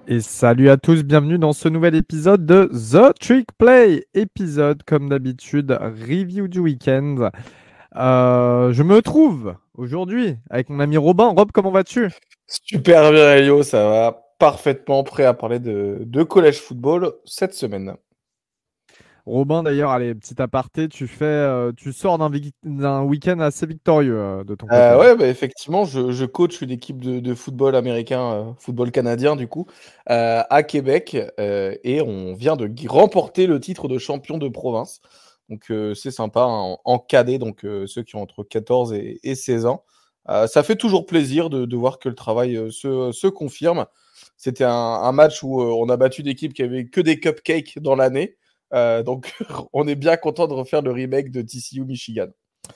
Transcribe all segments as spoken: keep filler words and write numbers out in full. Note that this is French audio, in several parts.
Et salut à tous, bienvenue dans ce nouvel épisode de The Trick Play. Épisode, comme d'habitude, review du week-end. Euh, je me trouve aujourd'hui avec mon ami Robin. Rob, comment vas-tu? Super bien, Elio, ça va parfaitement prêt à parler de, de collège football cette semaine. Robin, d'ailleurs, allez, petit aparté, tu fais, euh, tu sors d'un, vic- d'un week-end assez victorieux euh, de ton côté, Euh, hein. ouais, bah, effectivement, je, je coach une équipe de, de football américain, euh, football canadien du coup, euh, à Québec, euh, et on vient de gui- remporter le titre de champion de province. Donc euh, c'est sympa, hein, en, en cadet, donc euh, ceux qui ont entre quatorze et, et seize ans. Euh, ça fait toujours plaisir de, de voir que le travail euh, se, se confirme. C'était un, un match où euh, on a battu d'équipes qui avaient que des cupcakes dans l'année. Euh, donc on est bien content de refaire le remake de T C U Michigan.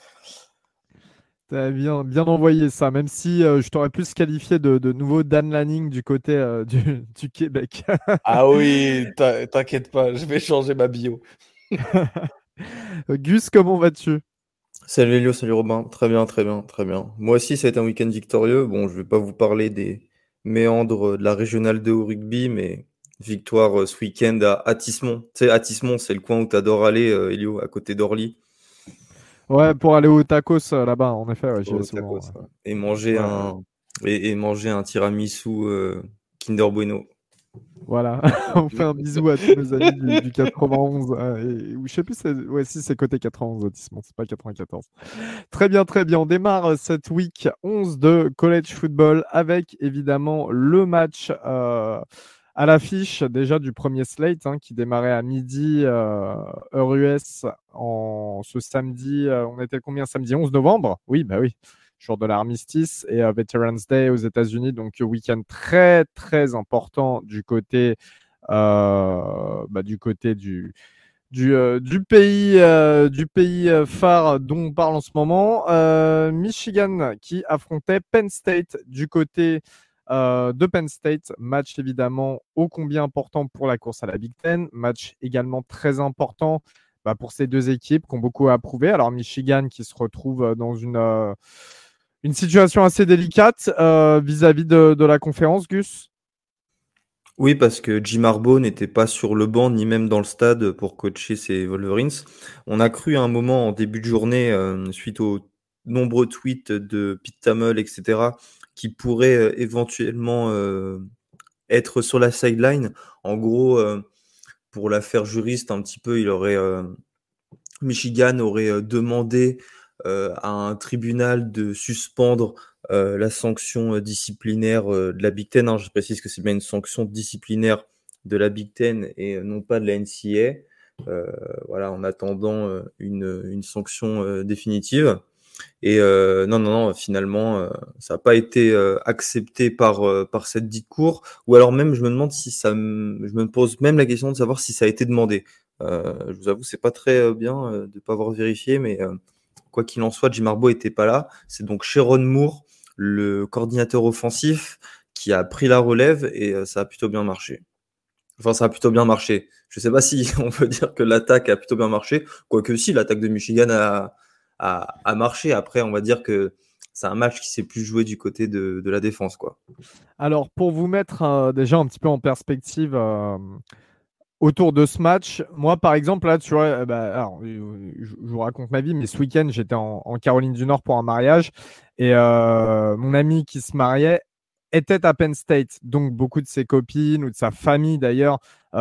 T'as bien, bien envoyé ça, même si euh, je t'aurais plus qualifié de, de nouveau Dan Lanning du côté euh, du, du Québec. Ah oui, t'in- t'inquiète pas, je vais changer ma bio. Gus, comment vas-tu? Salut Elio, salut Robin, très bien, très bien, très bien. Moi aussi, ça a été un week-end victorieux. Bon, je vais pas vous parler des méandres de la régionale deux au rugby, mais victoire euh, ce week-end à Atismont. Tu sais, Atismont, c'est le coin où t'adores aller, euh, Elio, à côté d'Orly, Ouais, pour aller au tacos euh, là-bas, en effet, ouais, j'y vais au souvent. tacos, ouais. Et manger Ouais. Ouais, un et, et manger un tiramisu euh, Kinder Bueno. voilà. On fait un bisou à tous nos amis du, du quatre-vingt-onze. Euh, et, ou je sais plus, c'est- ouais, si c'est côté quatre-vingt-onze, Autisme, c'est pas quatre-vingt-quatorze. Très bien, très bien. On démarre euh, cette week onze de college football avec évidemment le match euh, à l'affiche déjà du premier slate hein, qui démarrait à midi, euh, heure U S, en ce samedi. Euh, on était combien samedi onze novembre? Oui, bah oui. Jour de l'armistice et euh, Veterans Day aux États-Unis. Donc, week-end très, très important du côté, euh, bah, du côté du, du, euh, du pays, euh, du pays euh, phare dont on parle en ce moment. Euh, Michigan qui affrontait Penn State du côté euh, de Penn State. Match évidemment ô combien important pour la course à la Big Ten. Match également très important bah, pour ces deux équipes qui ont beaucoup approuvé. Alors Michigan qui se retrouve dans une, euh, une situation assez délicate euh, vis-à-vis de, de la conférence, Gus. Oui, parce que Jim Harbaugh n'était pas sur le banc ni même dans le stade pour coacher ses Wolverines. On a cru à un moment en début de journée, euh, suite aux nombreux tweets de Pete Thamel, et cetera, qui pourrait euh, éventuellement euh, être sur la sideline. En gros, euh, pour l'affaire juriste, un petit peu, il aurait euh, Michigan aurait euh, demandé euh, à un tribunal de suspendre euh, la sanction euh, disciplinaire euh, de la Big Ten. Hein. Je précise que c'est bien une sanction disciplinaire de la Big Ten et euh, non pas de la N C A A. Euh, voilà, en attendant euh, une, une sanction euh, définitive. Et euh, non, non, non, finalement, euh, ça n'a pas été euh, accepté par euh, par cette dite cour. Ou alors même, je me demande si ça, me- je me pose même la question de savoir si ça a été demandé. Euh, je vous avoue, c'est pas très euh, bien euh, de pas avoir vérifié, mais euh, quoi qu'il en soit, Jim Harbaugh était pas là. C'est donc Sharon Moore, le coordinateur offensif, qui a pris la relève et euh, ça a plutôt bien marché. Enfin, ça a plutôt bien marché. Je sais pas si on peut dire que l'attaque a plutôt bien marché, quoique si l'attaque de Michigan a, a, a marché. Après, on va dire que c'est un match qui s'est plus joué du côté de, de la défense, quoi. Alors, pour vous mettre euh, déjà un petit peu en perspective euh, autour de ce match, moi, par exemple, là, tu vois, euh, bah, alors, euh, je, je vous raconte ma vie, mais ce week-end, j'étais en, en Caroline du Nord pour un mariage et euh, mon ami qui se mariait était à Penn State. Donc, beaucoup de ses copines ou de sa famille, d'ailleurs,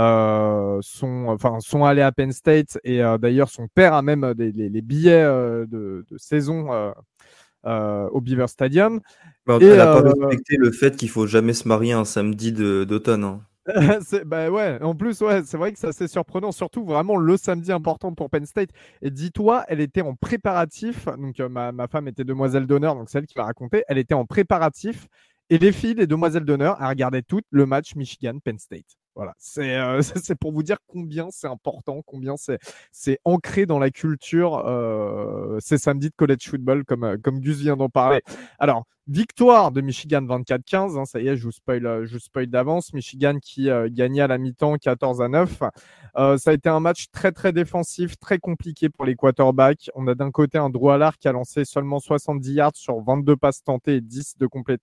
euh, sont, enfin, sont allées à Penn State et euh, d'ailleurs, son père a même des, les, les billets euh, de, de saison euh, euh, au Beaver Stadium. Mais Et, elle n'a pas euh, respecté le fait qu'il faut jamais se marier un samedi de- d'automne. Hein. c'est, bah ouais, en plus, ouais, c'est vrai que c'est assez surprenant, surtout vraiment le samedi important pour Penn State. Et dis-toi, elle était en préparatif, donc euh, ma, ma femme était demoiselle d'honneur, donc c'est elle qui m'a raconté, elle était en préparatif, et les filles, les demoiselles d'honneur, elles regardaient toutes le match Michigan-Penn State. Voilà, c'est euh, c'est pour vous dire combien c'est important, combien c'est c'est ancré dans la culture euh, ces samedis de college football, comme, euh, comme Gus vient d'en parler. Alors, victoire de Michigan vingt-quatre quinze, hein, ça y est, je vous spoil, euh, je vous spoil d'avance. Michigan qui euh, gagnait à la mi-temps quatorze à neuf. Euh, ça a été un match très très défensif, très compliqué pour les quarterbacks. On a d'un côté un Drew Allard qui a lancé seulement soixante-dix yards sur vingt-deux passes tentées et dix de complétées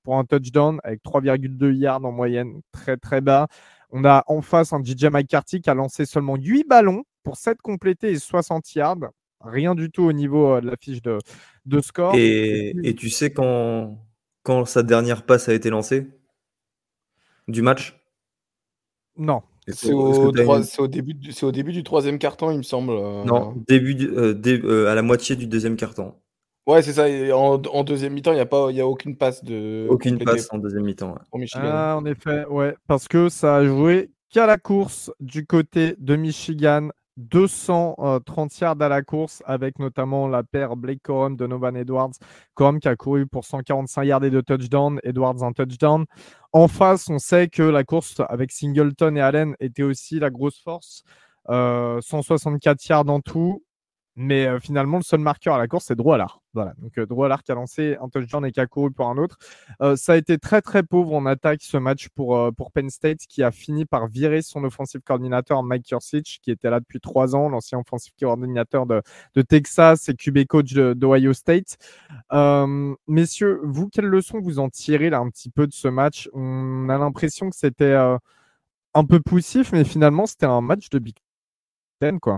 pour un touchdown avec trois virgule deux yards en moyenne, très très bas. On a en face un D J McCarthy qui a lancé seulement huit ballons pour sept complétés et soixante yards. Rien du tout au niveau de la fiche de, de score. Et, et, et tu sais quand, quand sa dernière passe a été lancée du match? Non. C'est au, trois... une... au, début du... au début du troisième quart-temps, il me semble. Euh... Non, début du, euh, dé... euh, à la moitié du deuxième quart-temps. Ouais, c'est ça. En, en deuxième mi-temps, il n'y a, pas... y a aucune passe de. Aucune passe en deuxième mi-temps. Ouais. Pour Michigan. Ah, en effet, ouais. Parce que ça a joué qu'à la course du côté de Michigan. deux cent trente yards à la course, avec notamment la paire Blake Corum de Donovan Edwards. Corum qui a couru pour cent quarante-cinq yards et deux touchdowns. Edwards, un touchdown. En face, on sait que la course avec Singleton et Allen était aussi la grosse force. Euh, cent soixante-quatre yards en tout. Mais euh, finalement, le seul marqueur à la course, c'est Drew Allard. Voilà. Donc, euh, Drew Allard qui a lancé un touchdown et qui a couru pour un autre. Euh, ça a été très, très pauvre en attaque ce match pour, euh, pour Penn State, qui a fini par virer son offensive coordinateur Mike Yurcich, qui était là depuis trois ans, l'ancien offensive coordinateur de, de Texas et Q B coach de, d'Ohio State. Euh, messieurs, vous, quelle leçon vous en tirez là un petit peu de ce match? On a l'impression que c'était euh, un peu poussif, mais finalement, c'était un match de Big Ten, quoi.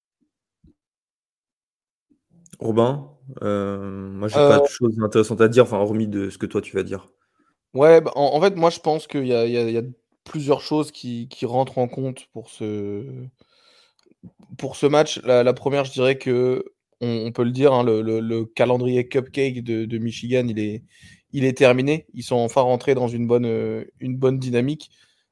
Robin, euh, moi j'ai euh... pas de choses intéressantes à dire, enfin hormis de ce que toi tu vas dire. Ouais, bah, en, en fait, moi je pense qu'il y a, il y a, il y a plusieurs choses qui, qui rentrent en compte pour ce, pour ce match. La, la première, je dirais que on, on peut le dire, hein, le, le, le calendrier cupcake de, de Michigan, il est, il est terminé. Ils sont enfin rentrés dans une bonne, une bonne dynamique.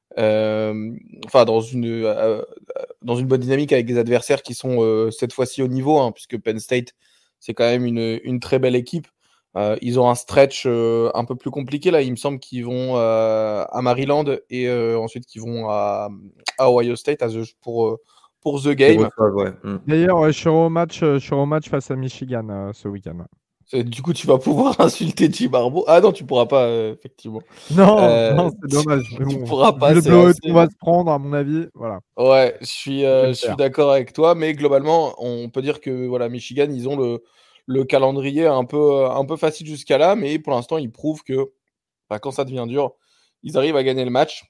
Euh, enfin, dans une, euh, dans une bonne dynamique avec des adversaires qui sont euh, cette fois-ci au niveau, hein, puisque Penn State, c'est quand même une, une très belle équipe. Euh, ils ont un stretch euh, un peu plus compliqué là. Il me semble qu'ils vont euh, à Maryland et euh, ensuite qu'ils vont à, à Ohio State à the, pour, euh, pour The Game. Reçoivent, ouais. mm. D'ailleurs, ouais, je serai au match, je serai au match face à Michigan euh, ce week-end. Et du coup, tu vas pouvoir insulter Jim Harbaugh. Ah non, tu pourras pas, euh, effectivement. Non, euh, non c'est dommage. Tu, Mais bon, tu pourras pas. le C'est blow assez... qu'on va se prendre, à mon avis, voilà. Ouais, je suis, euh, je suis d'accord avec toi, mais globalement, on peut dire que voilà, Michigan, ils ont le, le calendrier un peu, un peu facile jusqu'à là, mais pour l'instant, ils prouvent que bah, quand ça devient dur, ils arrivent à gagner le match.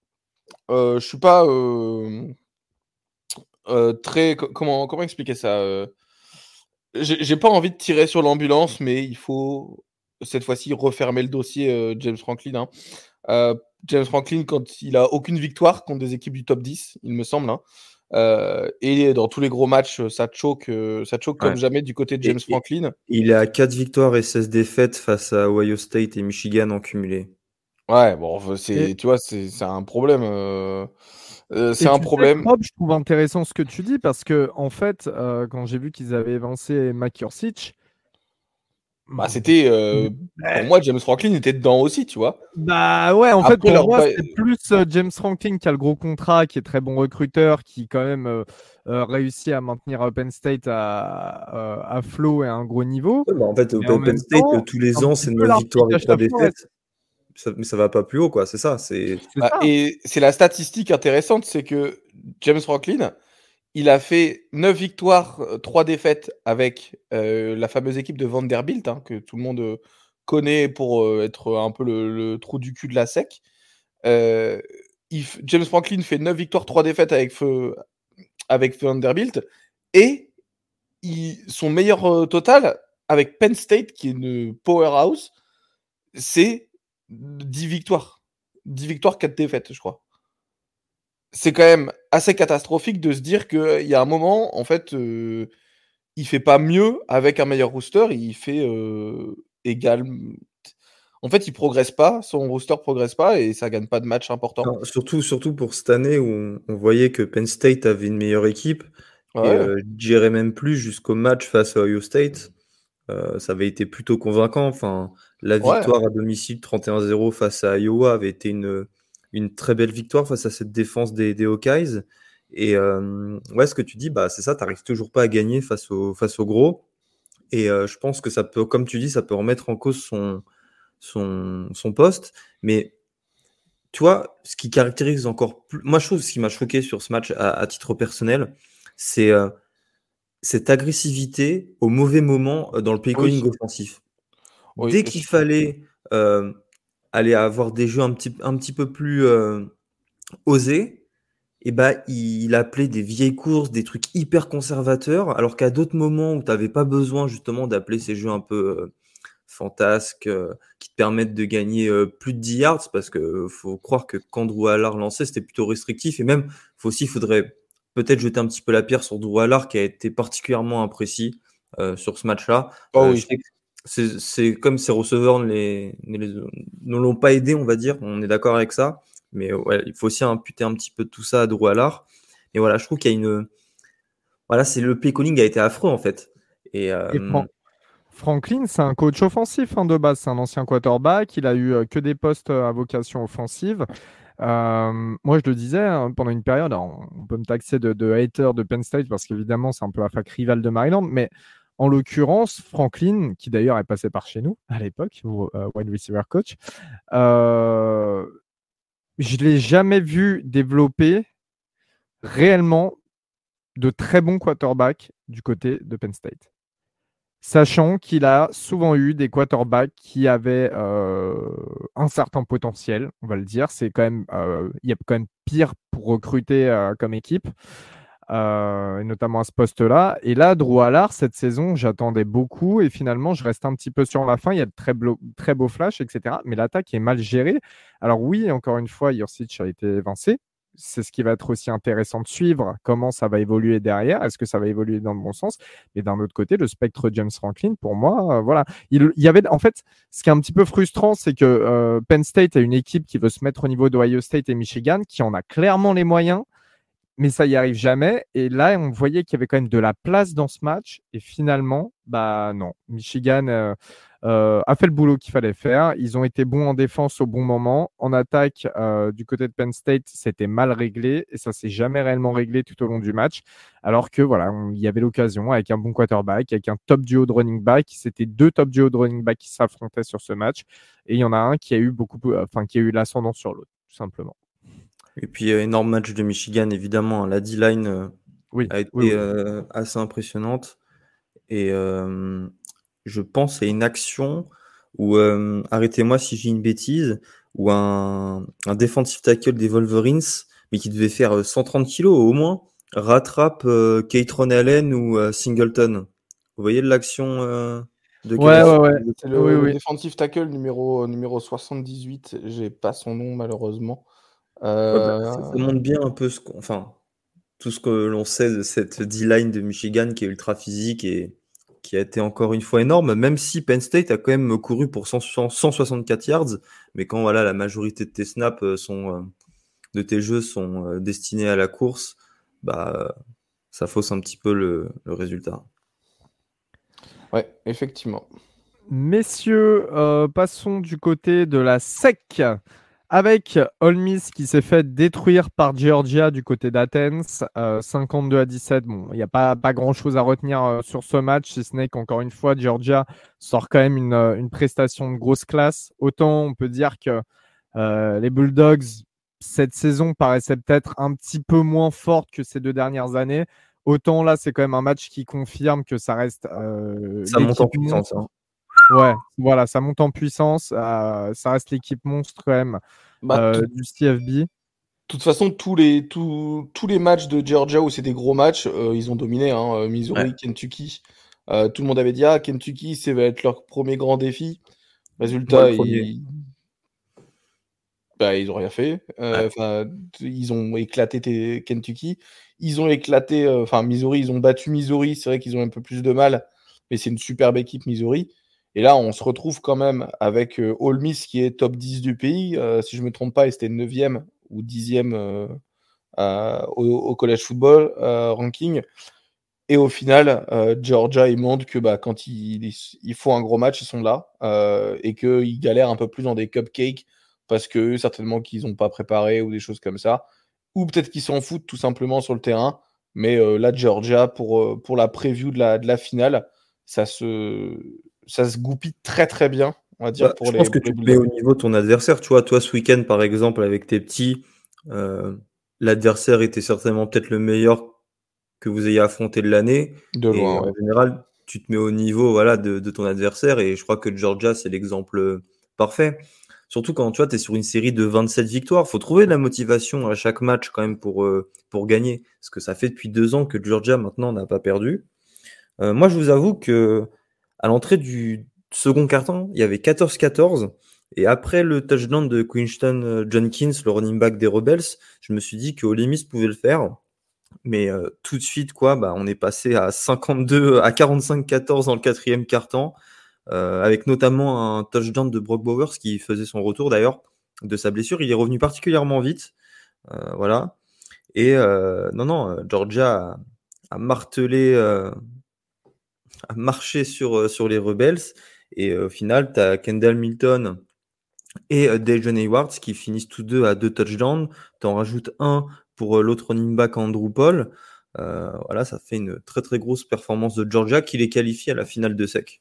Euh, je suis pas euh, euh, très. Comment, comment expliquer ça euh, j'ai, j'ai pas envie de tirer sur l'ambulance, mais il faut cette fois-ci refermer le dossier euh, James Franklin. Hein. Euh, James Franklin, quand il a aucune victoire contre des équipes du top dix, il me semble. Hein. Euh, et dans tous les gros matchs, ça choque, euh, ça choque Ouais. comme jamais du côté de James Et- Franklin. Il a quatre victoires et seize défaites face à Ohio State et Michigan en cumulé. Ouais, bon, c'est, Et- tu vois, c'est, c'est un problème. euh, euh, c'est Et un tu sais, problème. Rob, je trouve intéressant ce que tu dis parce que, en fait, euh, quand j'ai vu qu'ils avaient évincé Mac Yurcich, Bah, c'était, euh, pour moi, James Franklin était dedans aussi, tu vois. bah ouais, en fait, Après, pour leur moi, ba- c'est plus euh, James Franklin qui a le gros contrat, qui est très bon recruteur, qui quand même euh, euh, réussit à maintenir euh, Penn State à, euh, à flot et à un gros niveau. Ouais, bah, en fait, au Mais en Penn même State, temps, tous les un ans, petit c'est peu neuf l'arbre victoires qui et cache trois la forêt. défaites. Ça, mais ça va pas plus haut, quoi. C'est ça. C'est C'est bah, ça. et c'est la statistique intéressante, c'est que James Franklin, il a fait neuf victoires, euh, trois défaites avec euh, la fameuse équipe de Vanderbilt, hein, que tout le monde euh, connaît pour euh, être un peu le, le trou du cul de la sec. Euh, il f- James Franklin fait neuf victoires, trois défaites avec, feu- avec Vanderbilt. Et il- son meilleur euh, total avec Penn State, qui est une powerhouse, c'est dix victoires. dix victoires, quatre défaites, je crois. C'est quand même assez catastrophique de se dire qu'il y a un moment, en fait, euh, il fait pas mieux avec un meilleur rooster, il fait euh, égal. En fait, il progresse pas, son rooster progresse pas et ça gagne pas de match important. Non, surtout, surtout pour cette année où on, on voyait que Penn State avait une meilleure équipe. Ouais. Et euh, je dirais même plus jusqu'au match face à Ohio State. Euh, ça avait été plutôt convaincant. Enfin, la Ouais. victoire à domicile trente et un zéro face à Iowa avait été une, une très belle victoire face à cette défense des, des Hawkeyes. Et euh, ouais, ce que tu dis, bah, c'est ça, tu n'arrives toujours pas à gagner face au, face au gros. Et euh, je pense que ça peut, comme tu dis, ça peut remettre en cause son, son, son poste. Mais tu vois, ce qui caractérise encore plus. Moi, je trouve ce qui m'a choqué sur ce match à, à titre personnel, c'est euh, cette agressivité au mauvais moment euh, dans le play calling Oui. offensif. Oui, Dès je- qu'il fallait euh, aller avoir des jeux un petit, un petit peu plus euh, osés, et bah, il appelait des vieilles courses, des trucs hyper conservateurs, alors qu'à d'autres moments où tu n'avais pas besoin justement d'appeler ces jeux un peu euh, fantasques, euh, qui te permettent de gagner euh, plus de dix yards, parce que euh, faut croire que quand Drew Allard lançait, c'était plutôt restrictif, et même faut aussi, il faudrait peut-être jeter un petit peu la pierre sur Drew Allard, qui a été particulièrement imprécis euh, sur ce match-là. Oh Euh, oui. je sais que c'est, c'est comme ses receveurs ne, les, ne, les, ne l'ont pas aidé, on va dire, on est d'accord avec ça. Mais ouais, il faut aussi imputer un petit peu de tout ça à Drew Allard. Et voilà, je trouve qu'il y a une. Voilà, c'est le play calling a été affreux en fait. Et, euh... Et Fran- Franklin, c'est un coach offensif hein, de base. C'est un ancien quarterback. Il a eu euh, que des postes euh, à vocation offensive. Euh, moi, je le disais hein, pendant une période, alors, on peut me taxer de, de hater de Penn State parce qu'évidemment, c'est un peu la fac rivale de Maryland. Mais en l'occurrence, Franklin, qui d'ailleurs est passé par chez nous à l'époque, au, euh, wide receiver coach, euh, je ne l'ai jamais vu développer réellement de très bons quarterbacks du côté de Penn State. Sachant qu'il a souvent eu des quarterbacks qui avaient euh, un certain potentiel, on va le dire. C'est quand même, euh, il y a quand même pire pour recruter euh, comme équipe, euh, et notamment à ce poste-là. Et là, Drew Allard, cette saison, j'attendais beaucoup et finalement, je reste un petit peu sur la fin. Il y a de très, blo- très beaux flashs, et cetera. Mais l'attaque est mal gérée. Alors oui, encore une fois, Yurcich a été évincé. C'est ce qui va être aussi intéressant de suivre, comment ça va évoluer derrière. Est-ce que ça va évoluer dans le bon sens? Mais d'un autre côté, le spectre James Franklin, pour moi, euh, voilà. Il, il y avait, en fait, ce qui est un petit peu frustrant, c'est que euh, Penn State a une équipe qui veut se mettre au niveau d'Ohio State et Michigan, qui en a clairement les moyens, mais ça y arrive jamais. Et là, on voyait qu'il y avait quand même de la place dans ce match. Et finalement, bah non. Michigan euh, euh, a fait le boulot qu'il fallait faire. Ils ont été bons en défense au bon moment. En attaque, euh, du côté de Penn State, c'était mal réglé. Et ça s'est jamais réellement réglé tout au long du match. Alors que voilà, on- il y avait l'occasion avec un bon quarterback, avec un top duo de running back. C'était deux top duos de running back qui s'affrontaient sur ce match. Et il y en a un qui a eu beaucoup, enfin, qui a eu l'ascendant sur l'autre, tout simplement. Et puis, euh, énorme match de Michigan, évidemment, hein. La D-line euh, Oui, a oui, été oui. euh, assez impressionnante. Et euh, je pense à une action où, euh, arrêtez-moi si j'ai une bêtise, où un, un defensive tackle des Wolverines, mais qui devait faire euh, cent trente kilos au moins, rattrape euh, Keitron Allen ou euh, Singleton. Vous voyez l'action euh, de quelle Ouais, ouais, ouais. C'est Oui, le, le oui. defensive tackle numéro, numéro soixante-dix-huit. J'ai pas son nom malheureusement. Ouais, bah, Euh, ça, ça montre bien un peu ce qu'on, enfin, tout ce que l'on sait de cette D-line de Michigan qui est ultra physique et qui a été encore une fois énorme, même si Penn State a quand même couru pour cent soixante-quatre yards, mais quand voilà, la majorité de tes snaps euh, sont, euh, de tes jeux sont euh, destinés à la course, bah, ça fausse un petit peu le, le résultat. Ouais, effectivement. Messieurs, euh, passons du côté de la S E C avec Ole Miss qui s'est fait détruire par Georgia du côté d'Athens, euh, cinquante-deux à dix-sept. Bon, il n'y a pas, pas grand-chose à retenir euh, sur ce match, si ce n'est qu'encore une fois, Georgia sort quand même une, euh, une prestation de grosse classe. Autant on peut dire que euh, les Bulldogs, cette saison, paraissaient peut-être un petit peu moins fortes que ces deux dernières années. Autant là, c'est quand même un match qui confirme que ça reste euh, Ça monte en l'équipe puissance, monstre. hein. Ouais, voilà, ça monte en puissance. euh, ça reste l'équipe monstre quand même Bah, euh, tout- du C F B. De toute façon, tous les, tous, tous les matchs de Georgia où c'est des gros matchs, euh, ils ont dominé, hein. Euh, Ouais. Missouri, Kentucky. Euh, tout le monde avait dit, ah, Kentucky, ça va être leur premier grand défi. Moi, le Résultat, premier. ils, bah, ils ont rien fait. Euh, Ouais. Enfin, t- ils ont éclaté tes- Kentucky. Ils ont éclaté, euh, enfin, Missouri, ils ont battu Missouri. C'est vrai qu'ils ont un peu plus de mal, mais c'est une superbe équipe, Missouri. Et là, on se retrouve quand même avec euh, Ole Miss qui est top dix du pays. Euh, si je me trompe pas, et c'était neuvième ou dixième euh, euh, au, au college football euh, ranking. Et au final, euh, Georgia, ils montrent que bah, quand ils, ils, ils font un gros match, ils sont là euh, et qu'ils galèrent un peu plus dans des cupcakes parce que certainement qu'ils n'ont pas préparé ou des choses comme ça. Ou peut-être qu'ils s'en foutent tout simplement sur le terrain. Mais euh, là, Georgia, pour, euh, pour la preview de la, de la finale, ça se, ça se goupille très très bien, on va dire, Bah, pour je pense les, que pour les tu te mets Bulldogs. au niveau de ton adversaire. Tu vois, toi, ce week-end, par exemple, avec tes petits, euh, l'adversaire était certainement peut-être le meilleur que vous ayez affronté de l'année. De Et loin, en ouais. général, tu te mets au niveau voilà, de, de ton adversaire. Et je crois que Georgia, c'est l'exemple parfait. Surtout quand tu vois, tu es sur une série de vingt-sept victoires. Il faut trouver de la motivation à chaque match quand même pour, euh, pour gagner. Parce que ça fait depuis deux ans que Georgia maintenant n'a pas perdu. Euh, moi, je vous avoue que à l'entrée du second quart-temps, il y avait quatorze quatorze. Et après le touchdown de Quinton Jenkins, le running back des Rebels, je me suis dit que Ole Miss pouvait le faire. Mais euh, tout de suite, quoi, bah, on est passé à cinquante-deux à quarante-cinq quatorze dans le quatrième quart-temps. Euh, avec notamment un touchdown de Brock Bowers qui faisait son retour d'ailleurs de sa blessure. Il est revenu particulièrement vite. Euh, voilà. Et euh, non, non, Georgia a, a martelé, euh, a marché sur, euh, sur les Rebels. Et euh, au final, tu as Kendall Milton et euh, Dejon Hayward qui finissent tous deux à deux touchdowns. Tu en rajoutes un pour euh, l'autre running back Andrew Paul. Euh, voilà, ça fait une très très grosse performance de Georgia qui les qualifie à la finale de S E C.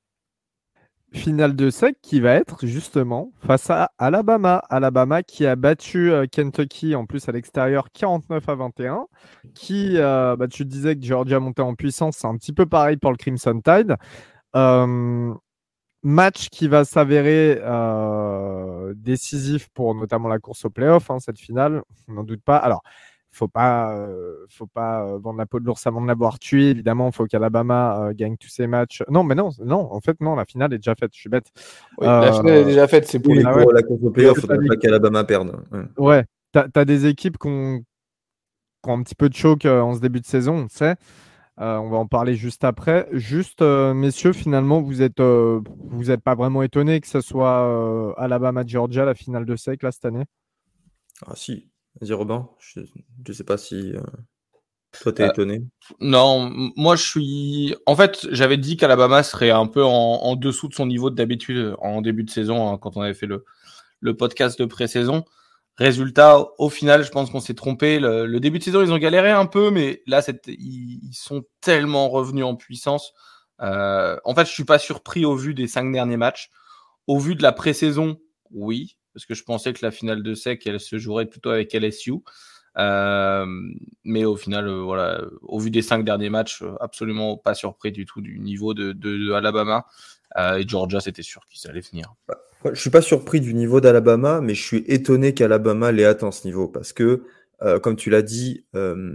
Finale de S E C qui va être justement face à Alabama. Alabama qui a battu euh, Kentucky en plus à l'extérieur quarante-neuf à vingt et un. Qui, euh, bah, tu disais que Georgia montait en puissance, c'est un petit peu pareil pour le Crimson Tide. Euh, match qui va s'avérer euh, décisif pour notamment la course au playoff, hein, cette finale, on n'en doute pas. Alors, faut pas, euh, faut pas euh, vendre la peau de l'ours avant de l'avoir tué. Évidemment, il faut qu'Alabama euh, gagne tous ses matchs. Non, mais non, non, en fait, non, la finale est déjà faite. Je suis bête. Oui, euh, la finale est déjà faite, c'est pour oui, les pour ouais. la course au playoff, il faudrait pas qu'Alabama perde. Ouais, ouais. T'as, t'as des équipes qui ont, qui ont un petit peu de choc euh, en ce début de saison, on sait. Euh, on va en parler juste après. Juste, euh, messieurs, finalement, vous êtes, euh, vous êtes pas vraiment étonnés que ce soit euh, Alabama-Georgia, la finale de S E C, là, cette année? Ah si, vas-y Robin, je ne sais pas si euh, toi t'es euh, étonné. Non, moi je suis... En fait, j'avais dit qu'Alabama serait un peu en, en dessous de son niveau de d'habitude en début de saison, hein, quand on avait fait le, le podcast de pré-saison. Résultat, au final, je pense qu'on s'est trompé. Le, le début de saison, ils ont galéré un peu, mais là, c'est, ils, ils sont tellement revenus en puissance. Euh, en fait, je suis pas surpris au vu des cinq derniers matchs. Au vu de la pré-saison, oui, parce que je pensais que la finale de S E C, elle se jouerait plutôt avec L S U. Euh, mais au final, euh, voilà, au vu des cinq derniers matchs, euh, absolument pas surpris du tout du niveau de, de, de Alabama. Euh, et Georgia, c'était sûr qu'ils allaient venir. Je suis pas surpris du niveau d'Alabama, mais je suis étonné qu'Alabama l'ait atteint ce niveau parce que, euh, comme tu l'as dit, euh,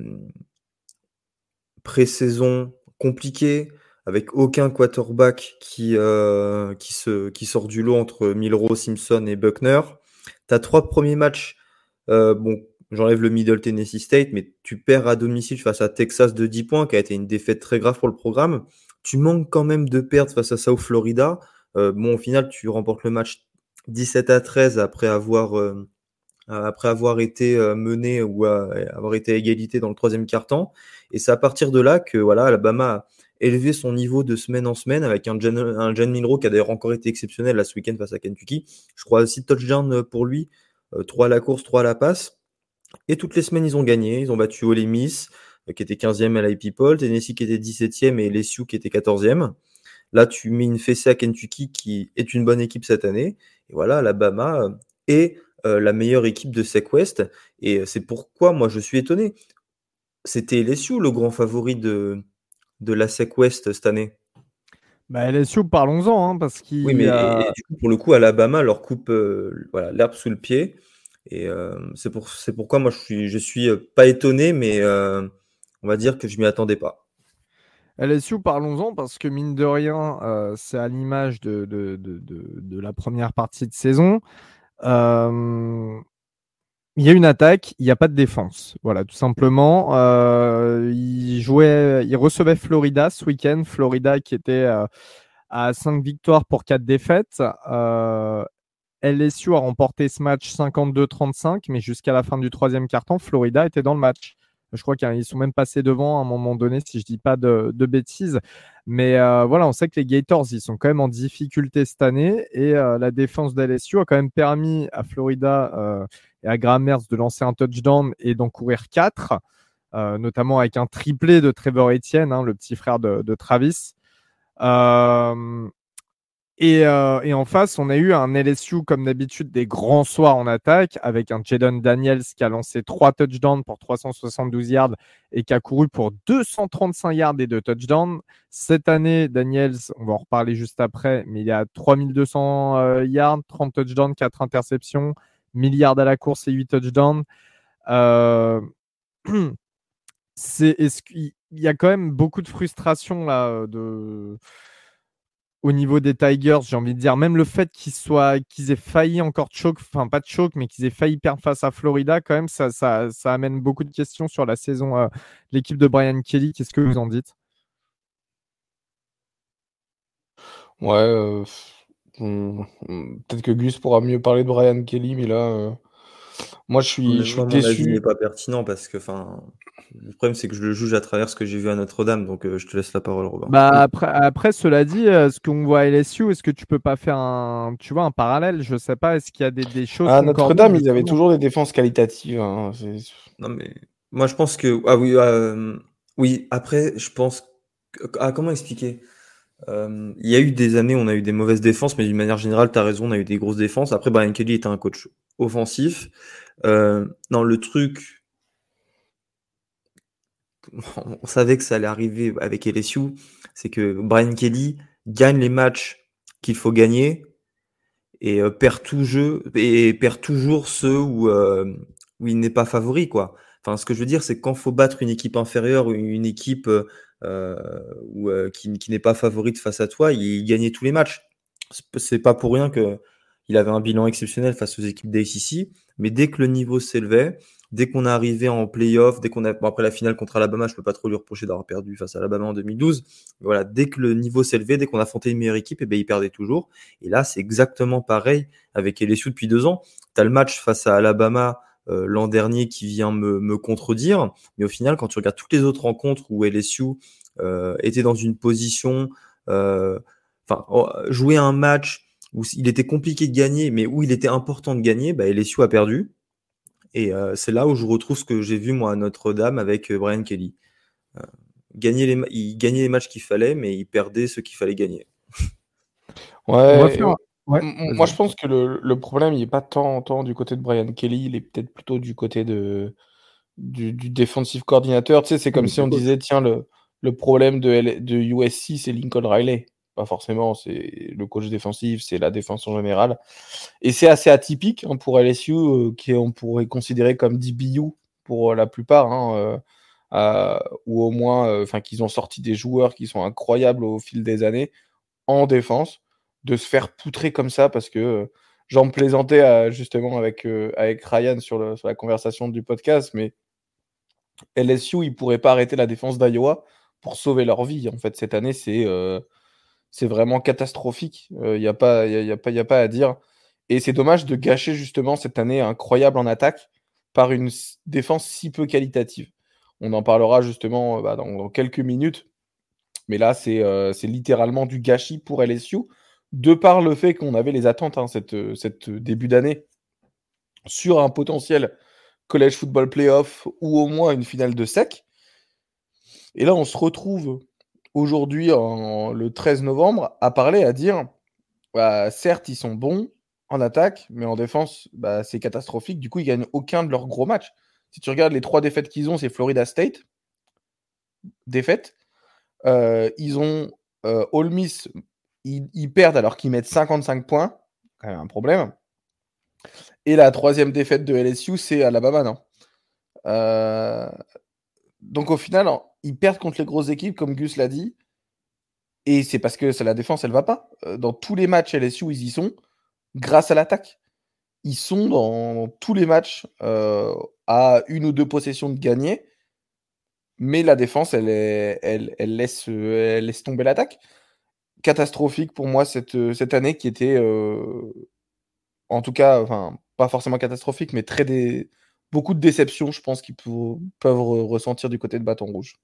pré-saison compliquée, avec aucun quarterback qui, euh, qui, se, qui sort du lot entre Milroe, Simpson et Buckner. Tu as trois premiers matchs, euh, bon, j'enlève le Middle Tennessee State, mais tu perds à domicile face à Texas de dix points, qui a été une défaite très grave pour le programme. Tu manques quand même de perdre face à South Florida. Euh, bon, au final, tu remportes le match dix-sept à treize après avoir, euh, après avoir été euh, mené ou à, avoir été à égalité dans le troisième quart-temps. Et c'est à partir de là que voilà, Alabama a élevé son niveau de semaine en semaine avec un Jen, un Jen Milroe qui a d'ailleurs encore été exceptionnel là, ce week-end face à Kentucky. Je crois six touchdowns pour lui, euh, trois à la course, trois à la passe. Et toutes les semaines, ils ont gagné. Ils ont battu Ole Miss, euh, qui était quinzième à l'I P Poll, Tennessee qui était dix-septième et L S U qui était quatorzième. Là, tu mets une fessée à Kentucky qui est une bonne équipe cette année. Et voilà, Alabama est euh, la meilleure équipe de S E C West. Et c'est pourquoi moi je suis étonné. C'était L S U le grand favori de, de la S E C West cette année. Bah, L S U, parlons-en, hein, parce qu'il Oui, mais euh... et, et du coup, pour le coup, Alabama leur coupe euh, voilà, l'herbe sous le pied. Et euh, c'est pour, c'est pourquoi moi je suis, je suis euh, pas étonné, mais euh, on va dire que je m'y attendais pas. L S U, parlons-en, parce que mine de rien, euh, c'est à l'image de, de, de, de, de la première partie de saison. Euh... Il y a une attaque, il n'y a pas de défense. Voilà, tout simplement. Euh, il jouait, il recevait Florida ce week-end. Florida qui était euh, à cinq victoires pour quatre défaites. Euh, L S U a remporté ce match cinquante-deux trente-cinq, mais jusqu'à la fin du troisième quart-temps, Florida était dans le match. Je crois qu'ils sont même passés devant à un moment donné, si je ne dis pas de, de bêtises. Mais euh, voilà, on sait que les Gators, ils sont quand même en difficulté cette année. Et euh, la défense d'L S U a quand même permis à Florida euh, et à Graham Mertz de lancer un touchdown et d'en courir quatre, euh, notamment avec un triplé de Trevor Etienne, hein, le petit frère de, de Travis. Euh, Et, euh, et en face, on a eu un L S U, comme d'habitude, des grands soirs en attaque, avec un Jaden Daniels qui a lancé trois touchdowns pour trois cent soixante-douze yards et qui a couru pour deux cent trente-cinq yards et deux touchdowns. Cette année, Daniels, on va en reparler juste après, mais il a trois mille deux cents euh, yards, trente touchdowns, quatre interceptions, mille yards à la course et huit touchdowns. Euh... C'est, est-ce qu'il y a quand même beaucoup de frustration là de... au niveau des Tigers, j'ai envie de dire. Même le fait qu'ils soient, qu'ils aient failli encore choke, enfin pas de choke, mais qu'ils aient failli perdre face à Florida, quand même, ça, ça, ça amène beaucoup de questions sur la saison, euh, l'équipe de Brian Kelly. Qu'est-ce que vous en dites? Ouais, euh, on- on- peut-être que Gus pourra mieux parler de Brian Kelly, mais là, euh, moi je suis, je suis Moi, mon avis n'est déçu. pas pertinent parce que, enfin, le problème, c'est que je le juge à travers ce que j'ai vu à Notre-Dame. Donc, euh, je te laisse la parole, Robin. Bah après, après, cela dit, euh, ce qu'on voit à L S U, est-ce que tu peux pas faire un, tu vois, un parallèle? Je sais pas, est-ce qu'il y a des, des choses À concordantes Notre-Dame, ils avaient justement? toujours des défenses qualitatives, hein, c'est- Non, mais moi, je pense que. Ah oui, euh, oui, après, je pense. que- Ah, comment expliquer? Euh, il y a eu des années où on a eu des mauvaises défenses, mais d'une manière générale, tu as raison, on a eu des grosses défenses. Après, Brian Kelly était un coach offensif. Euh, non, le truc, on savait que ça allait arriver avec L S U, c'est que Brian Kelly gagne les matchs qu'il faut gagner et euh, perd tout jeu et perd toujours ceux où, euh, où il n'est pas favori, quoi. Enfin, ce que je veux dire, c'est que quand faut battre une équipe inférieure ou une équipe euh, ou, euh, qui, qui n'est pas favorite face à toi, il, il gagnait tous les matchs. C'est c'est pas pour rien que il avait un bilan exceptionnel face aux équipes d'A C C, mais dès que le niveau s'élevait, dès qu'on est arrivé en playoff, dès qu'on a bon, après la finale contre Alabama, je peux pas trop lui reprocher d'avoir perdu face à Alabama en deux mille douze. Mais voilà, dès que le niveau s'élevait, dès qu'on affrontait une meilleure équipe, et ben il perdait toujours. Et là, c'est exactement pareil avec L S U depuis deux ans. Tu as le match face à Alabama euh, l'an dernier qui vient me, me contredire, mais au final, quand tu regardes toutes les autres rencontres où L S U euh, était dans une position, euh, enfin, jouer un match où il était compliqué de gagner, mais où il était important de gagner, bah, L S U a perdu. Et euh, c'est là où je retrouve ce que j'ai vu moi à Notre-Dame avec euh, Brian Kelly. Euh, gagner les ma- il gagnait les matchs qu'il fallait, mais il perdait ce qu'il fallait gagner. On va Ouais, faire. ouais. Ouais, M- Moi, vas-y. je pense que le, le problème, il n'est pas tant, tant du côté de Brian Kelly, il est peut-être plutôt du côté de, du, du defensive coordinateur. Tu sais, c'est comme Oui, si du on coach. disait, tiens, le, le problème de, L- de U S C, c'est Lincoln Riley. Pas forcément, c'est le coach défensif, c'est la défense en général. Et c'est assez atypique hein, pour L S U, euh, qui on pourrait considérer comme D B U pour euh, la plupart, hein, euh, euh, ou au moins, enfin, qu'ils ont sorti des joueurs qui sont incroyables au fil des années en défense, de se faire poutrer comme ça, parce que euh, j'en plaisantais euh, justement avec, euh, avec Ryan sur, le, sur la conversation du podcast, mais L S U, ils pourraient pas arrêter la défense d'Iowa pour sauver leur vie. En fait, cette année, c'est euh, c'est vraiment catastrophique. Il n'y a, pas- y a, y a, pas- y a pas à dire. Et c'est dommage de gâcher justement cette année incroyable en attaque par une s- défense si peu qualitative. On en parlera justement euh, bah, dans, dans quelques minutes. Mais là, c'est euh, c'est littéralement du gâchis pour L S U, de par le fait qu'on avait les attentes, hein, cette, euh, cette début d'année, sur un potentiel college football playoff ou au moins une finale de sec. Et là, on se retrouve aujourd'hui, en- le treize novembre, à parler, à dire, bah, certes, ils sont bons en attaque, mais en défense, bah, c'est catastrophique. Du coup, ils gagnent aucun de leurs gros matchs. Si tu regardes les trois défaites qu'ils ont, c'est Florida State, défaite. Euh, ils ont euh, Ole Miss, ils, ils perdent alors qu'ils mettent cinquante-cinq points, quand même un problème. Et la troisième défaite de L S U, c'est Alabama, non Euh, Donc au final, ils perdent contre les grosses équipes, comme Gus l'a dit, et c'est parce que c'est la défense, elle va pas. Euh, Dans tous les matchs L S U, ils y sont grâce à l'attaque. Ils sont dans tous les matchs euh, à une ou deux possessions de gagner, mais la défense, elle, est, elle, elle, laisse, elle laisse tomber l'attaque. Catastrophique pour moi cette, cette année qui était, euh, en tout cas, enfin, pas forcément catastrophique, mais très dé... beaucoup de déceptions, je pense, qu'ils pou- peuvent re- ressentir du côté de Bâton Rouge.